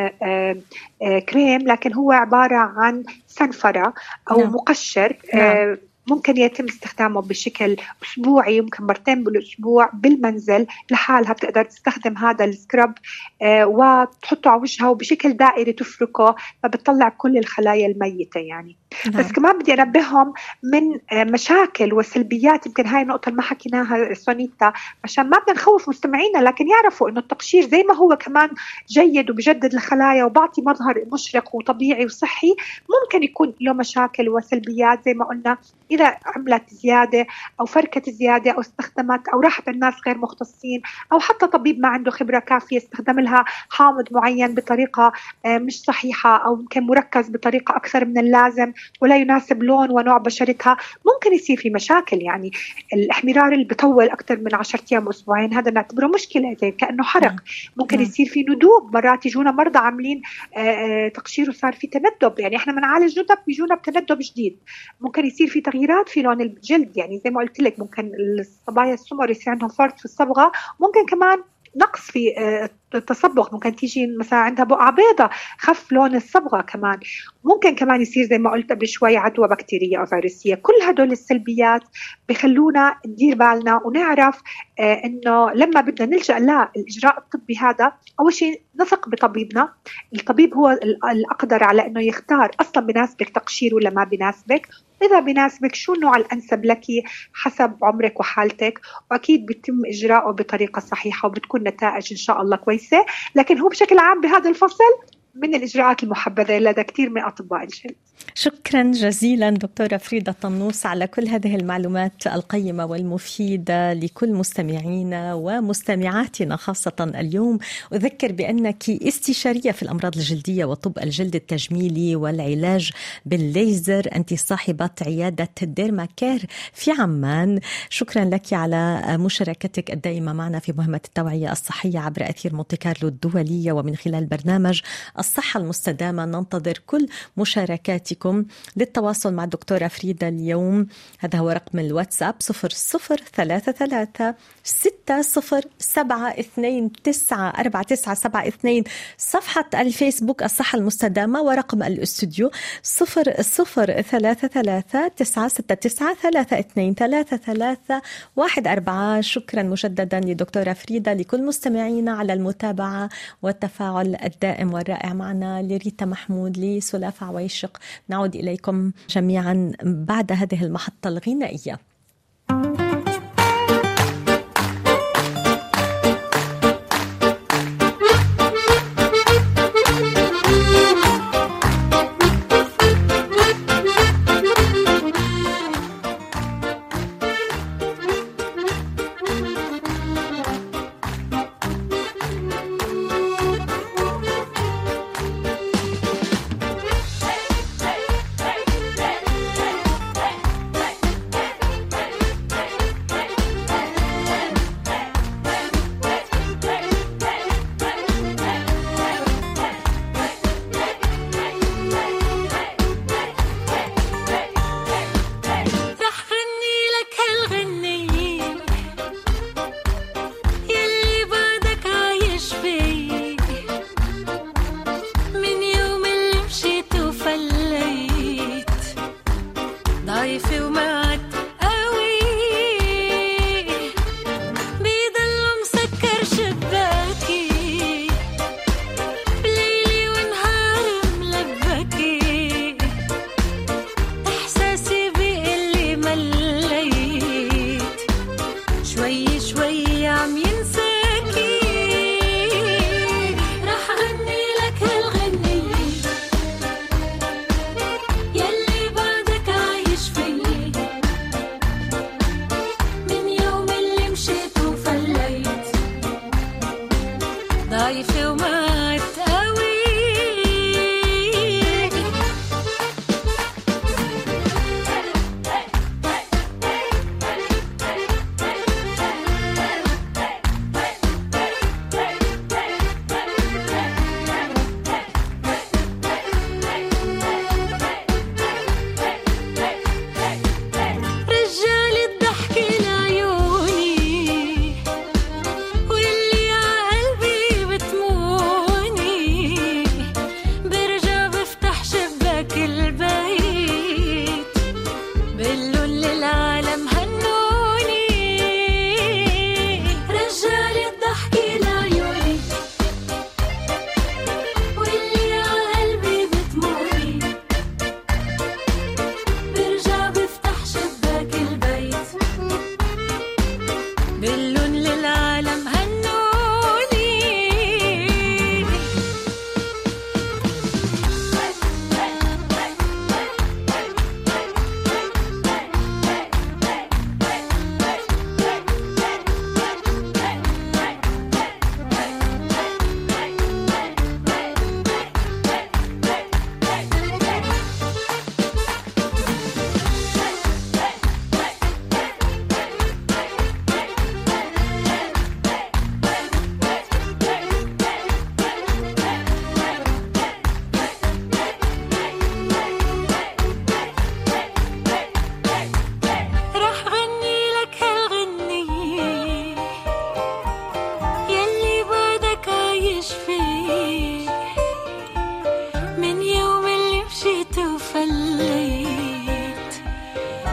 C: كريم، لكن هو عباره عن صنفره او نعم. مقشر. نعم. ممكن يتم استخدامه بشكل أسبوعي، ممكن مرتين بالأسبوع بالمنزل لحالها. بتقدر تستخدم هذا السكراب آه وتحطه على وجهها وبشكل دائري تفركه فبتطلع كل الخلايا الميتة يعني. نعم. بس كمان بدي أنبههم من آه مشاكل وسلبيات، يمكن هاي النقطة اللي ما حكيناها سونيتا عشان ما بدنا نخوف مستمعينا، لكن يعرفوا إنه التقشير زي ما هو كمان جيد وبجدد الخلايا وبعطي مظهر مشرق وطبيعي وصحي، ممكن يكون له مشاكل وسلبيات زي ما قلنا إذا عملت زيادة أو فركت زيادة أو استخدمت أو راحت الناس غير مختصين أو حتى طبيب ما عنده خبرة كافية استخدم لها حامض معين بطريقة مش صحيحة أو يمكن مركز بطريقة أكثر من اللازم. ولا يناسب لون ونوع بشرتها، ممكن يصير في مشاكل. يعني الاحمرار اللي بيطول أكثر من عشرة أيام وأسبوعين هذا نعتبره مشكلة، زي كأنه حرق. ممكن يصير في ندوب، مرات يجونا مرضى عاملين تقشير وصار في تندب، يعني احنا بنعالج ندب بيجونا بتندب جديد. ممكن يصير في تغييرات في لون الجلد، يعني زي ما قلت لك ممكن الصبايا السمر يصير عندهم فرط في الصبغة، ممكن كمان نقص في التصبغ، ممكن تيجي مثلا عندها بقعة بيضة خف لون الصبغة كمان. ممكن كمان يصير زي ما قلت قبل شوي عدوى بكتيرية أو فيروسية. كل هدول السلبيات بخلونا ندير بالنا ونعرف آه إنه لما بدنا نلجأ للإجراء الطبي هذا، أول شيء نثق بطبيبنا. الطبيب هو الأقدر على إنه يختار أصلا بناسبك تقشير ولا ما بناسبك، إذا بناسبك شو النوع الأنسب لك حسب عمرك وحالتك، وأكيد بيتم إجراءه بطريقة صحيحة وبتكون نتائج إن شاء الله كويسة. لكن هو بشكل عام بهذا الفصل من الإجراءات المحبذة لدى كثير من أطباء الجلد.
B: شكرا جزيلا دكتورة فريدة طنوس على كل هذه المعلومات القيمة والمفيدة لكل مستمعينا ومستمعاتنا خاصة اليوم. أذكر بأنك استشارية في الأمراض الجلدية وطب الجلد التجميلي والعلاج بالليزر، أنت صاحبة عيادة ديرما كير في عمان. شكرا لك على مشاركتك الدائمة معنا في مهمة التوعية الصحية عبر أثير مونتي كارلو الدولية ومن خلال برنامج الصحة المستدامة. ننتظر كل مشاركاتكم. للتواصل مع الدكتورة فريدة اليوم هذا هو رقم الواتساب صفر صفر ثلاثة ثلاثة ستة صفر سبعة اثنين تسعة أربعة تسعة سبعة اثنين، صفحة الفيسبوك الصحة المستدامة، ورقم الاستوديو صفر صفر ثلاثة ثلاثة تسعة ستة تسعة ثلاثة اثنين ثلاثة ثلاثة واحد أربعة. شكرا مجددا لدكتورة فريدة. لكل مستمعينا على المتابعة والتفاعل الدائم والرائع معنا، لريتا محمود، لسلافة عويشق. نعود إليكم جميعا بعد هذه المحطة الغنائية.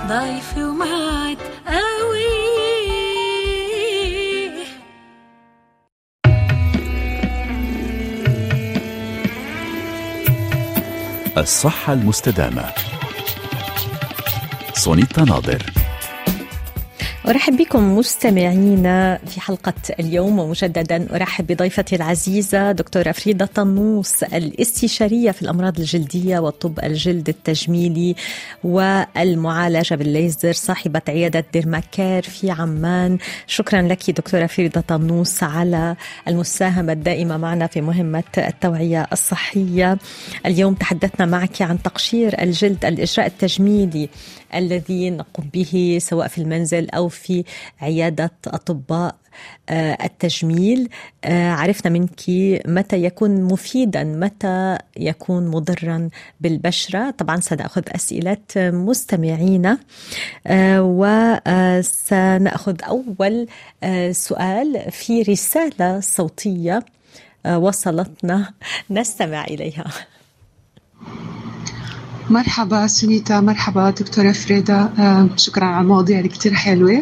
D: ضيفي ومعك قوي.
A: الصحة المستدامة. سونيتا ناظر.
B: أرحب بكم مستمعينا في حلقة اليوم، ومجددا أرحب بضيفتي العزيزة دكتورة فريدة طنوس، الاستشارية في الأمراض الجلدية والطب الجلد التجميلي والمعالجة بالليزر، صاحبة عيادة ديرماكير في عمان. شكرا لك دكتورة فريدة طنوس على المساهمة الدائمة معنا في مهمة التوعية الصحية. اليوم تحدثنا معك عن تقشير الجلد، الإجراء التجميلي الذي نقوم به سواء في المنزل أو في عيادة أطباء التجميل. عرفنا منك متى يكون مفيدا، متى يكون مضرا بالبشرة. طبعا سنأخذ أسئلة مستمعينا، وسنأخذ أول سؤال في رسالة صوتية وصلتنا، نستمع إليها.
E: مرحبا سونيتا، مرحبا دكتورة فريدة، شكرا على المواضيع اللي كتير حلوة.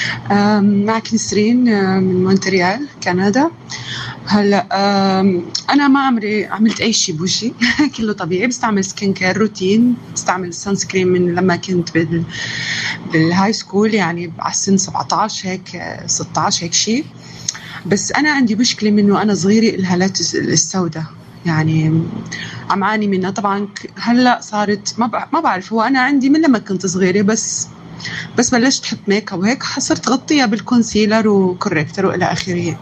E: معك نسرين من مونتريال كندا. هلا أنا ما عمري عملت أي شيء بوجهي كله طبيعي، بستعمل سكين كير روتين، بستعمل سان سكرين من لما كنت بال بالهاي سكول، يعني على السن سبعة عشر هيك ستة عشر هيك شيء. بس أنا عندي مشكلة منه، أنا صغيرة الهالات السوداء يعني عم عاني منها. طبعا هلا صارت ما ما بعرف، هو انا عندي من لما كنت صغيره، بس بس بلشت احط ميك اب وهيك صرت غطيها بالكونسيلر وكوريكتور والى اخره.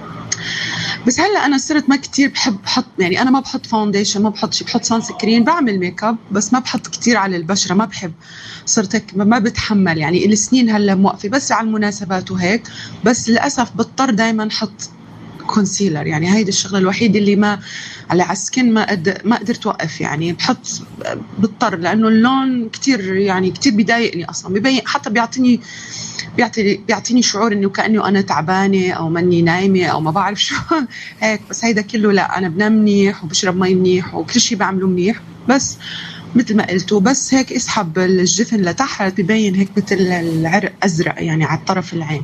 E: بس هلا انا صرت ما كتير بحب احط، يعني انا ما بحط فاونديشن، ما بحط شيء، بحط سان سكرين، بعمل ميك اب بس ما بحط كتير على البشره، ما بحب. صرت هيك ما بتحمل، يعني السنين هلا موقفه بس على المناسبات وهيك. بس للاسف بضطر دائما احط كونسيلر، يعني هيدي الشغله الوحيده اللي ما على عسكن ما قد ما قدرت اوقف، يعني بحط بضطر، لانه اللون كتير يعني كتير بيضايقني اصلا، ببين حتى بيعطيني بيعطي بيعطيني شعور انه كانه انا تعبانه او ماني نايمه او ما بعرف شو هيك. بس هيدا كله لا، انا بنام منيح وبشرب مي منيح وكل شيء بعمله منيح، بس مثل ما قلتوا بس هيك اسحب الجفن لتحت ببين هيك مثل العرق ازرق يعني على طرف العين.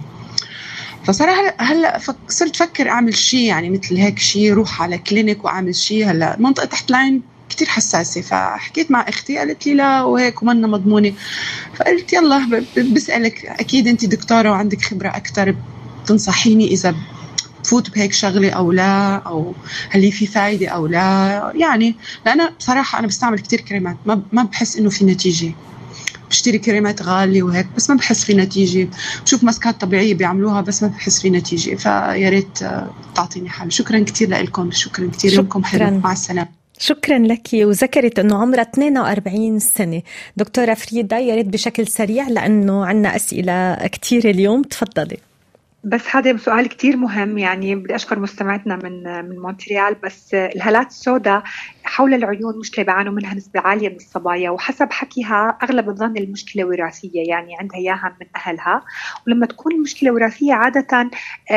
E: فصراحة هلا فك... صرت فكر اعمل شيء يعني مثل هيك شيء، روح على كلينيك واعمل شيء. هلا منطقة تحت العين كتير حساسة، فحكيت مع اختي قالت لي لا وهيك ومنا مضمونة. فقلت يلا بسألك، اكيد انت دكتورة وعندك خبرة اكتر، بتنصحيني اذا بفوت بهيك شغلة او لا، او هل في فايدة او لا. يعني لأنا بصراحة انا بستعمل كتير كريمات، ما ما بحس انه في نتيجة. بشتري كريمات غالية وهيك بس ما بحس في نتيجة، بشوف ماسكات طبيعية بيعملوها بس ما بحس في نتيجة. فيا ريت تعطيني حل. شكرا كتير لكم، شكرا كتير، يومكم حلو، مع السلامة.
B: شكرا لك. وذكرت أنه عمرها اثنين وأربعين سنة. دكتورة فريدة يا ريت بشكل سريع لأنه عنا أسئلة كتير اليوم، تفضلي.
C: بس هذا سؤال كتير مهم، يعني بدي أشكر مستمعتنا من من مونتريال. بس الهالات السوداء حول العيون مشكلة بيعانوا منها نسبة عالية من الصبايا، وحسب حكيها أغلب الظن المشكلة وراثية، يعني عندها إياها من أهلها. ولما تكون المشكلة وراثية عادة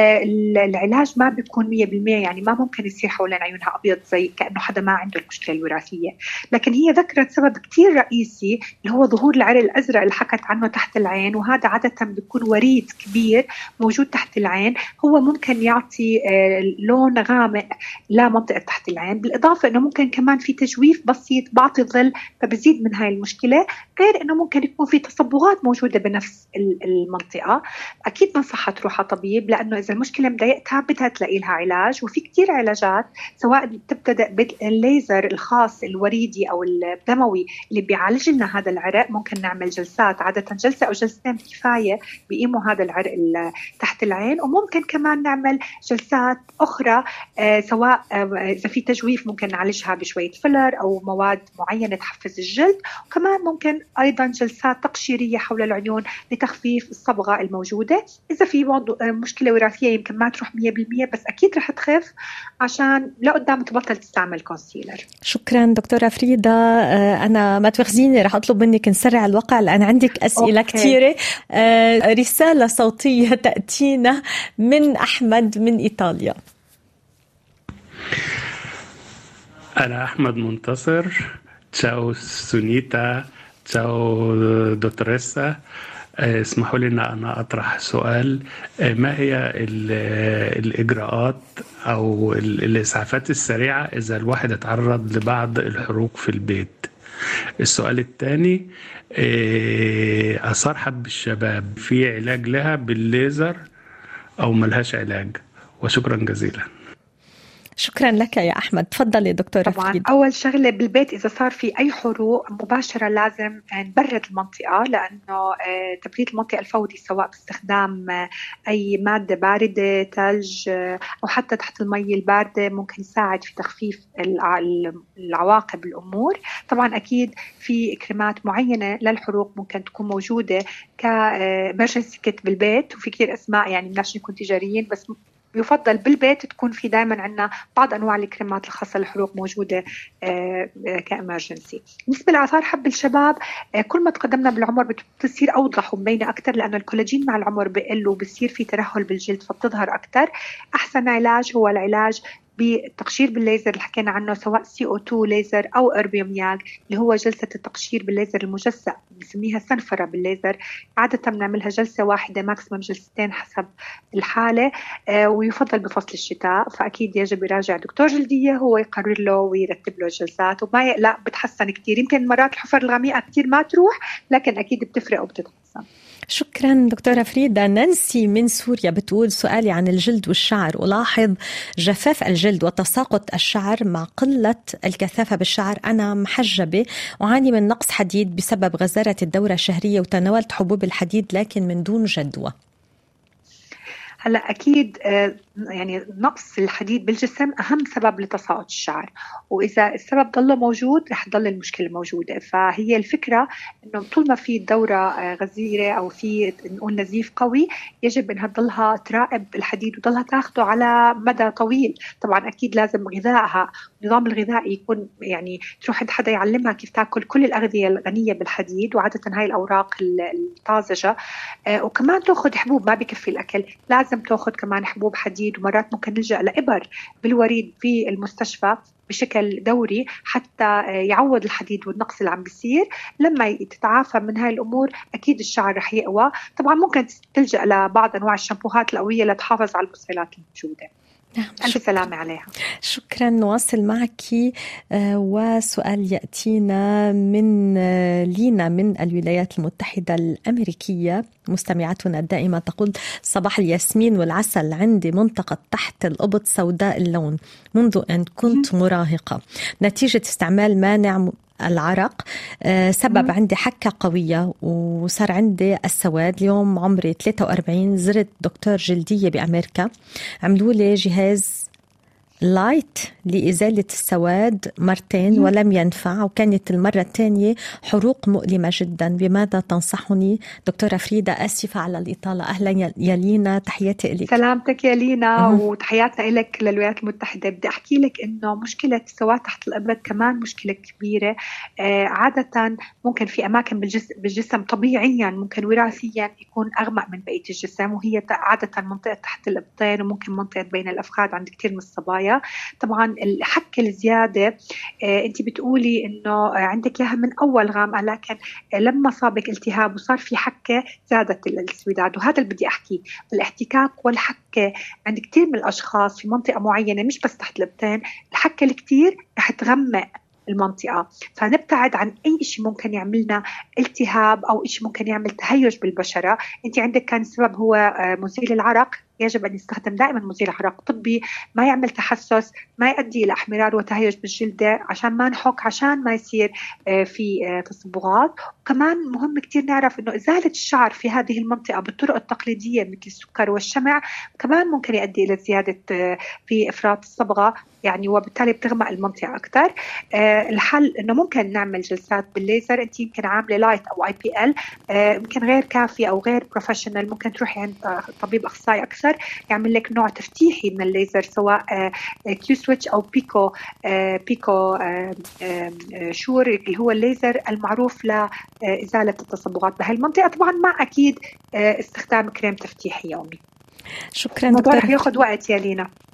C: العلاج ما بيكون مية بالمية، يعني ما ممكن يصير حول عيونها أبيض زي كأنه حدا ما عنده المشكلة الوراثية. لكن هي ذكرت سبب كتير رئيسي اللي هو ظهور العرق الأزرق اللي حكت عنه تحت العين، وهذا عادة بيكون وريد كبير موجود تحت العين، هو ممكن يعطي لون غامق لمنطقة تحت العين. بالإضافة أنه ممكن كمان في تجويف بسيط بعطي ظل فبزيد من هاي المشكلة، غير أنه ممكن يكون في تصبغات موجودة بنفس المنطقة. أكيد بنصحها تروح على طبيب، لأنه إذا المشكلة مضايقتها بدها تلاقي لها علاج. وفي كتير علاجات سواء تبتدأ بالليزر الخاص الوريدي أو الدموي اللي بيعالج لنا هذا العرق. ممكن نعمل جلسات، عادة جلسة أو جلستين كفاية بيقيموا هذا العرق تحت العين. وممكن كمان نعمل جلسات أخرى آه سواء آه إذا في تجويف ممكن نعالجها بشوية فيلر أو مواد معينة تحفز الجلد. وكمان ممكن أيضا جلسات تقشيرية حول العيون لتخفيف الصبغة الموجودة. إذا في مشكلة وراثية يمكن ما تروح مية بالمية، بس أكيد رح تخف عشان لقدام تبطل تستعمل كونسيلر.
B: شكرا دكتورة فريدة. آه أنا ما تخزيني، رح أطلب منك نسرع الوقع لأن عندك أسئلة أوكي. كتيرة. آه رسالة صوتية تأتينا من أحمد من إيطاليا.
F: أنا أحمد منتصر. تشاو سونيتا، تشاو دكتوريسا. اسمحوا لي ان انا اطرح سؤال. ما هي الاجراءات او الاسعافات السريعه اذا الواحد اتعرض لبعض الحروق في البيت؟ السؤال الثاني، اثار حب الشباب في علاج لها بالليزر او ملهاش علاج؟ وشكرا جزيلا.
B: شكرا لك يا أحمد. تفضل يا دكتورة
C: طبعا
B: فريد.
C: أول شغلة بالبيت إذا صار في أي حروق مباشرة لازم نبرد المنطقة، لأنه تبريد المنطقة الفوري سواء باستخدام أي مادة باردة ثلج أو حتى تحت المي الباردة ممكن يساعد في تخفيف العواقب الأمور. طبعا أكيد في كريمات معينة للحروق ممكن تكون موجودة كإمرجنسي كيت بالبيت، وفي كتير أسماء يعني بدناش نكون تجاريين، بس يفضل بالبيت تكون في دائما عندنا بعض أنواع الكريمات الخاصة للحروق موجودة كإمرجنسي. بالنسبة لآثار حب الشباب، كل ما تقدمنا بالعمر بتصير أوضح ومبينة أكتر، لأنه الكولاجين مع العمر بيقل وبصير في ترهل بالجلد فبتظهر أكتر. أحسن علاج هو العلاج بالتقشير بالليزر اللي حكينا عنه، سواء سي أو تو ليزر أو أربيوم ياج اللي هو جلسة التقشير بالليزر المجسأ، بنسميها سنفرة بالليزر. عادة بنعملها جلسة واحدة ماكسيمم جلستين حسب الحالة، آه ويفضل بفصل الشتاء. فأكيد يجب يراجع دكتور جلدية هو يقرر له ويرتب له الجلسات، وما ي... لا بتحسن كتير. يمكن مرات الحفر الغامقة كتير ما تروح، لكن أكيد بتفرق وبتتحسن.
B: شكرا دكتورة فريدة. نانسي من سوريا بتقول سؤالي عن الجلد والشعر. ألاحظ جفاف الجلد وتساقط الشعر مع قلة الكثافة بالشعر. أنا محجبة وعاني من نقص حديد بسبب غزارة الدورة الشهرية وتناولت حبوب الحديد لكن من دون جدوى.
C: هلا أكيد يعني نقص الحديد بالجسم أهم سبب لتساقط الشعر، وإذا السبب ضل موجود رح تضل المشكلة موجودة. فهي الفكرة إنه طول ما في دورة غزيرة أو في نقول نزيف قوي يجب إنها تضلها تراقب الحديد وتضلها تاخده على مدى طويل. طبعا أكيد لازم غذائها النظام الغذائي يكون يعني تروح عند حدا يعلمها كيف تاكل كل الأغذية الغنية بالحديد، وعادة هاي الأوراق الطازجة، وكمان تأخذ حبوب. ما بكفي الأكل، لازم تأخذ كمان حبوب حديد، ومرات ممكن نلجأ لإبر بالوريد في المستشفى بشكل دوري حتى يعوض الحديد والنقص اللي عم بيصير. لما تتعافى من هاي الأمور أكيد الشعر رح يقوى. طبعا ممكن تلجأ لبعض أنواع الشامبوهات القوية لتحافظ على البصيلات الموجودة. ألف سلامة عليها.
B: شكرا. نواصل معك وسؤال يأتينا من لينا من الولايات المتحدة الأمريكية، مستمعتنا الدائمة، تقول صباح الياسمين والعسل. عندي منطقة تحت الإبط سوداء اللون منذ أن كنت مراهقة نتيجة استعمال مانع العرق. سبب عندي حكة قوية وصار عندي السواد. اليوم عمري ثلاثة وأربعين. زرت دكتور جلدية بأمريكا، عملوا لي جهاز لايت لإزالة السواد مرتين ولم ينفع، وكانت المرة الثانية حروق مؤلمة جدا. بماذا تنصحني دكتورة فريدة؟ آسفة على الإطالة. أهلا يا لينا، تحياتي لك.
C: سلامتك يا لينا وتحياتنا لك للولايات المتحدة. بدي أحكي لك إنه مشكلة السواد تحت الإبط كمان مشكلة كبيرة. آه عادة ممكن في أماكن بالجسم, بالجسم طبيعيا ممكن وراثيا يكون أغمق من بقية الجسم، وهي عادة منطقة تحت الإبطين وممكن منطقة بين الأفخاذ عند كتير من الصبايا. طبعا الحكة الزيادة آه انت بتقولي انه عندك اياها من اول غامقة، لكن آه لما صابك التهاب وصار في حكة زادت السويداد. وهذا اللي بدي احكيه، الاحتكاك والحكة عند كتير من الاشخاص في منطقة معينة مش بس تحت الابطين، الحكة الكتير رح تغمق المنطقة. فنبتعد عن أي شيء ممكن يعملنا التهاب أو شيء ممكن يعمل تهيج بالبشرة. أنت عندك كان السبب هو مزيل العرق، يجب أن يستخدم دائما مزيل عرق طبي ما يعمل تحسس، ما يؤدي إلى احمرار وتهيج بالجلد، عشان ما نحك، عشان ما يصير في تصبغات. وكمان مهم كتير نعرف أنه إزالة الشعر في هذه المنطقة بالطرق التقليدية مثل السكر والشمع كمان ممكن يؤدي إلى زيادة في إفراط الصبغة يعني، وبالتالي بتغمق المنطقة أكتر. الحل أنه ممكن نعمل جلسات بالليزر. أنت يمكن عاملة لايت أو آي بي إل، يمكن غير كافي أو غير بروفيشنال، ممكن تروحي عند طبيب أخصائي أكثر يعمل لك نوع تفتيحي من الليزر، سواء كيو سويتش أو بيكو بيكو شور اللي هو الليزر المعروف لإزالة التصبغات بهاي المنطقة، طبعا مع أكيد استخدام كريم تفتيحي يومي.
B: شكرا
C: دكتور.
B: دكتور.
C: ياخذ وقت يا لينا.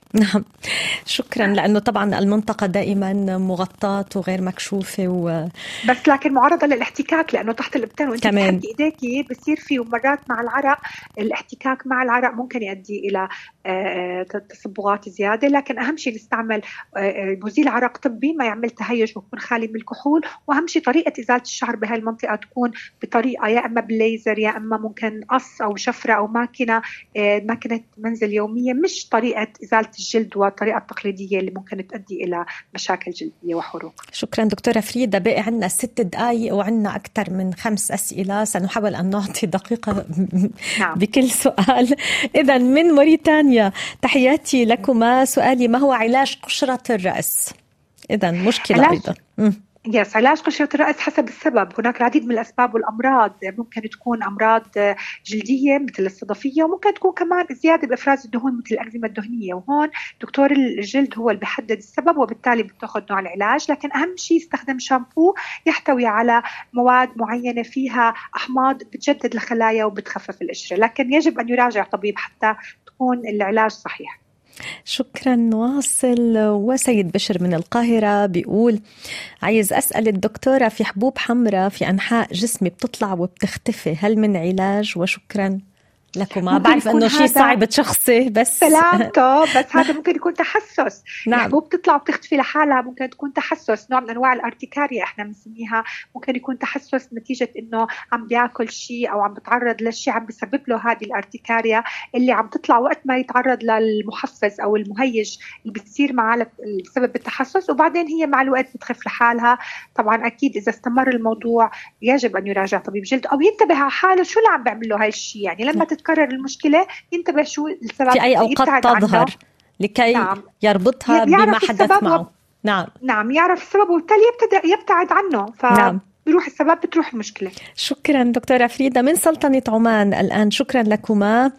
B: نعم، شكرا، لأنه طبعا المنطقة دائما مغطاة وغير مكشوفة و...
C: بس لكن معرضة للاحتكاك، لأنه تحت الإبطان وأنت
B: كمان.
C: بتحكي إيديكي بصير في مرات مع العرق الاحتكاك مع العرق ممكن يؤدي إلى آه، تصبغات زيادة. لكن أهم شيء نستعمل آه، مزيل عرق طبي ما يعمل تهيج ويكون خالي من الكحول. وأهم شيء طريقة إزالة الشعر بهاي المنطقة تكون بطريقة يا إما بالليزر يا إما ممكن قص أو شفرة أو ماكينة آه، ماكينة منزل يومية، مش طريقة إزالة الجلد والطريقة التقليدية اللي ممكن تؤدي إلى مشاكل جلدية وحروق.
B: شكرا دكتورة فريدة. باقي عنا ست دقايق وعنا أكثر من خمس أسئلة، سنحاول أن نعطي دقيقة
C: نعم.
B: بكل سؤال. إذا من موريتانيا تحياتي لكما. سؤالي: ما هو علاج قشرة الرأس؟ إذا مشكلة
C: علاج...
B: أيضا. م.
C: يس علاج قشرة الرأس حسب السبب. هناك العديد من الأسباب والأمراض، ممكن تكون أمراض جلدية مثل الصدفية، وممكن تكون كمان زيادة بإفراز الدهون مثل الأكزيما الدهنية. وهون دكتور الجلد هو اللي بيحدد السبب وبالتالي بتاخذ نوع العلاج. لكن أهم شيء استخدم شامبو يحتوي على مواد معينة فيها أحماض بتجدد الخلايا وبتخفف القشرة، لكن يجب أن يراجع طبيب حتى تكون العلاج صحيح.
B: شكرا. نواصل. وسيد بشر من القاهرة بيقول: عايز أسأل الدكتورة، في حبوب حمراء في أنحاء جسمي بتطلع وبتختفي، هل من علاج؟ وشكرا لكم. ما بعرف أنه شيء صعب تشخصي بس
C: سلامته، بس هذا ممكن يكون تحسس.
B: نعم.
C: الحبوب تطلع وبتختفي لحالها، ممكن تكون تحسس، نوع من أنواع الارتكاريا احنا بنسميها. ممكن يكون تحسس نتيجة إنه عم بياكل شيء أو عم بتعرض لشيء عم بيسبب له هذه الارتكاريا اللي عم تطلع وقت ما يتعرض للمحفز أو المهيج اللي بتصير معاه بسبب التحسس، وبعدين هي مع الوقت بتخف لحالها. طبعا أكيد إذا استمر الموضوع يجب أن يراجع طبيب جلد أو ينتبه على حاله شو اللي عم بيعمل له هاي الشيء. يعني لما تتكرر المشكلة ينتبه شو السبب،
B: في أي أوقات تظهر لكي
C: نعم.
B: يربطها بما حدث معه.
C: و...
B: نعم
C: نعم يعرف السبب وبالتالي يبتدأ يبتعد عنه، ف نعم. بيروح السبب بتروح المشكلة.
B: شكرا دكتورة فريدة من سلطنة عمان الآن. شكرا لكما.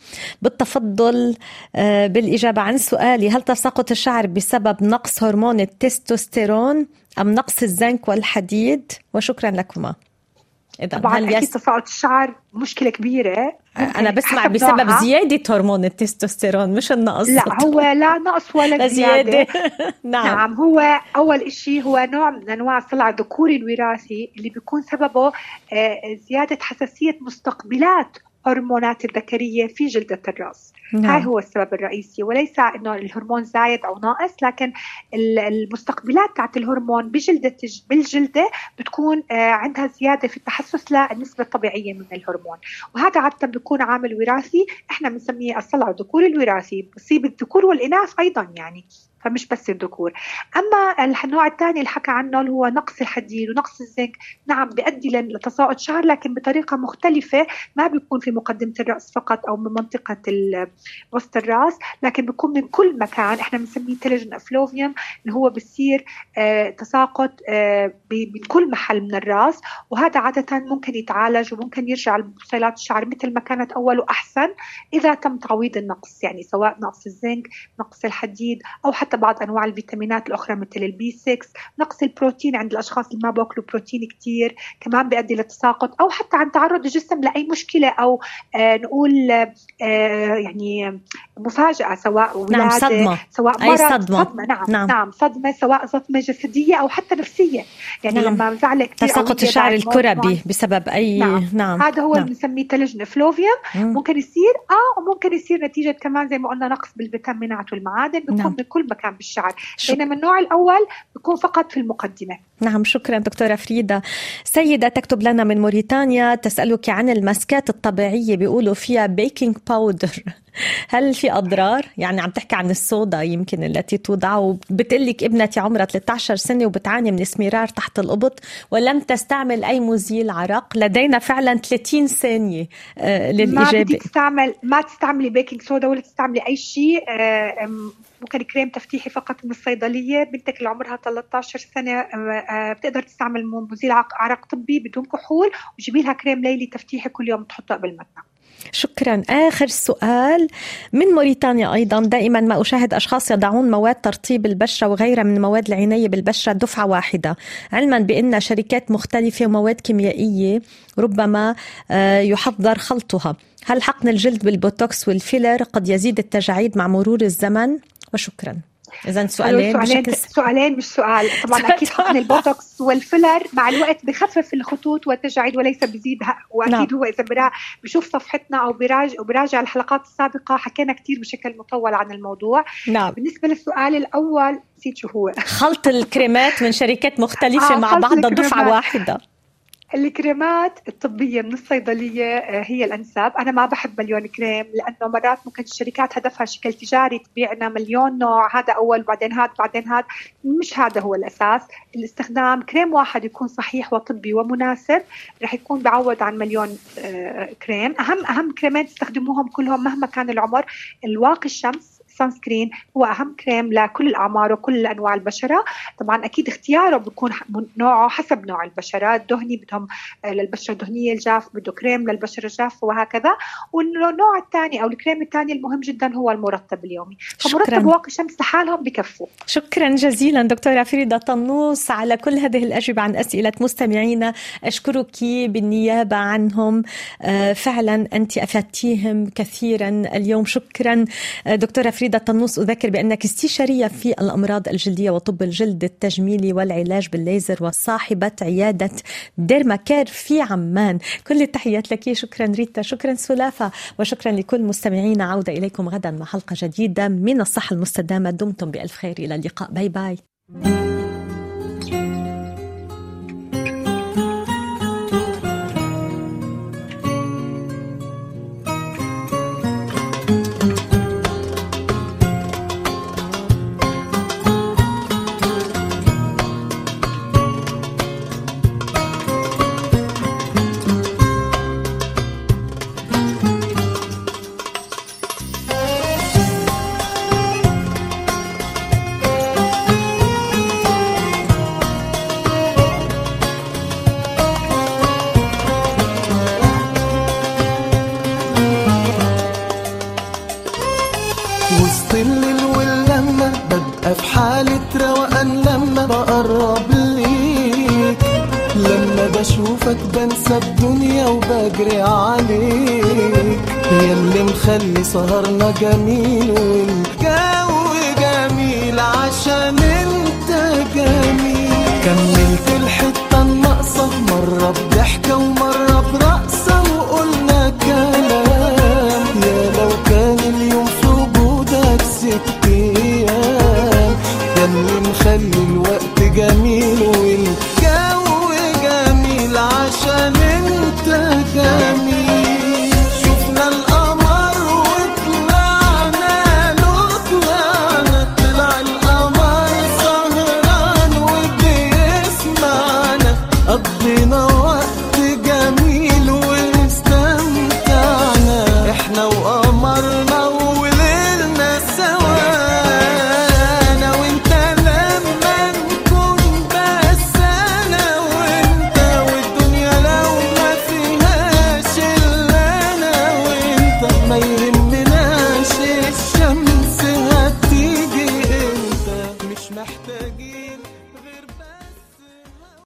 B: بالتفضل بالإجابة عن سؤالي: هل تساقط الشعر بسبب نقص هرمون التستوستيرون أم نقص الزنك والحديد؟ وشكرا لكما.
C: طبعا أكيد يس... تساقط الشعر مشكلة كبيرة.
B: أنا بسمع بسبب نوعها. زيادة هرمون التستوستيرون مش النقص.
C: لا هو لا نقص ولا زيادة, زيادة.
B: نعم.
C: نعم هو أول إشي هو نوع من أنواع الصلع الذكوري الوراثي اللي بيكون سببه زيادة حساسية مستقبلات هرمونات الذكرية في جلدة الرأس. نعم. هاي هو السبب الرئيسي، وليس إنه الهرمون زايد أو ناقص، لكن المستقبلات تاعت الهرمون بجلدة بالجلدة بتكون عندها زيادة في التحسس للنسبة الطبيعية من الهرمون، وهذا عادة بيكون عامل وراثي احنا بنسميه الصلع الذكوري الوراثي، بيصيب الذكور والإناث أيضا يعني، فمش بس الذكور. أما النوع الثاني اللي حكى عنه اللي هو نقص الحديد ونقص الزنك، نعم بيؤدي لتساقط شعر لكن بطريقة مختلفة، ما بيكون في مقدمة الرأس فقط أو من منطقة وسط الرأس، لكن بيكون من كل مكان. احنا بنسميه تيلوجين افلوفيوم اللي هو بيصير آه تساقط آه من كل محل من الرأس، وهذا عادة ممكن يتعالج وممكن يرجع لبصيلات الشعر مثل ما كانت أول وأحسن إذا تم تعويض النقص، يعني سواء نقص الزنك، نقص الحديد، أو حتى بعض أنواع الفيتامينات الأخرى مثل البي ستة. نقص البروتين عند الأشخاص اللي ما بأكلوا بروتين كتير كمان بيؤدي للتساقط، أو حتى عن تعرض الجسم لأي مشكلة أو آه نقول آه يعني مفاجأة، سواء ولادة،
B: نعم صدمة،
C: سواء
B: أي
C: مرض،
B: صدمة.
C: صدمة نعم.
B: نعم
C: نعم صدمة، سواء صدمة جسدية أو حتى نفسية، يعني نعم. لما زعل كتير
B: تساقط الشعر الكربي بسبب أي
C: نعم.
B: نعم.
C: هذا هو نعم. اللي بنسميه تيلوجين افلوفيوم. ممكن يصير اه وممكن يصير نتيجة كمان زي ما قلنا نقص بالفيتامينات والمعادن، بيكون نعم. من كل مكان بالشعر، بينما النوع الأول بيكون فقط في المقدمة.
B: نعم شكرا دكتورة فريدة. سيدة تكتب لنا من موريتانيا تسألك عن الماسكات الطبيعية، بيقولوا فيها بيكنج باودر، هل في أضرار؟ يعني عم تحكي عن الصودا يمكن التي توضع، وبتقلك ابنتي عمرها ثلاثة عشر سنة وبتعاني من اسمرار تحت الإبط ولم تستعمل أي مزيل عرق، لدينا فعلا ثلاثين ثانية آه للإجابة.
C: ما تستعمل ما تستعملي بيكنج صودا ولا تستعملي أي شيء، آه ممكن كريم تفتيحي فقط من الصيدلية. بنتك اللي عمرها ثلاثة عشر سنة بتقدر تستعمل مزيل عرق طبي بدون كحول، وجيبي لها كريم ليلي تفتيحي كل يوم تحطه قبل ما تنام.
B: شكرا. آخر سؤال من موريتانيا أيضا. دائما ما أشاهد أشخاص يضعون مواد ترطيب البشرة وغيرها من مواد العناية بالبشرة دفعة واحدة، علما بأن شركات مختلفة ومواد كيميائية ربما يحضر خلطها. هل حقن الجلد بالبوتوكس والفيلر قد يزيد التجاعيد مع مرور الزمن؟ وشكرا. إذن سؤالين
C: سؤالين,
B: بشكل
C: سؤالين مش سؤال طبعا. أكيد حقن البوتوكس والفيلر مع الوقت بخفف الخطوط والتجاعيد وليس بزيدها. وأكيد نعم. هو إذا برا بشوف صفحتنا أو براجع, أو براجع الحلقات السابقة حكينا كتير بشكل مطول عن الموضوع.
B: نعم.
C: بالنسبة للسؤال الأول نسيت شو هو.
B: خلط الكريمات من شركات مختلفة آه مع بعضها دفعة واحدة.
C: الكريمات الطبية من الصيدلية هي الأنسب. أنا ما بحب مليون كريم لأنه مرات ممكن الشركات هدفها شكل تجاري تبيعنا مليون نوع، هذا أول بعدين هذا بعدين هذا، مش هذا هو الأساس. الاستخدام كريم واحد يكون صحيح وطبي ومناسب رح يكون بعوض عن مليون كريم. أهم أهم كريمين تستخدموهم كلهم مهما كان العمر الواقي الشمس سان سكرين هو أهم كريم لكل الأعمار وكل أنواع البشرة. طبعا أكيد اختياره بيكون نوعه حسب نوع البشرة. الدهني بدهم للبشرة الدهنية الجاف بده كريم للبشرة الجافة وهكذا. والنوع الثاني أو الكريم الثاني المهم جدا هو المرطب اليومي. فمرطب واقي شمس لحالهم بكفوا.
B: شكرا جزيلا دكتورة فريدة طنوس على كل هذه الأجوبة عن أسئلة مستمعينا. أشكرك بالنيابة عنهم، فعلا أنت أفدتيهم كثيرا اليوم. شكرا دكتورة فريدة طنوس. أذكر بأنك استشارية في الأمراض الجلدية وطب الجلد التجميلي والعلاج بالليزر وصاحبة عيادة ديرماكير في عمان. كل التحيات لك. شكرا ريتا، شكرا سلافة، وشكرا لكل مستمعينا. عودة إليكم غدا مع حلقة جديدة من الصحة المستدامة. دمتم بألف خير، إلى اللقاء، باي باي.
G: بشوفك بنسى الدنيا وبجري عليك، ياللي مخلي سهرنا جميل والجو جميل عشان انت جميل. كملت الحتة الناقصة مرة بضحكة ومرة برقصة وقلنا كلام، يا لو كان اليوم في وجودك ست ايام، ياللي مخلي الوقت جميل والجو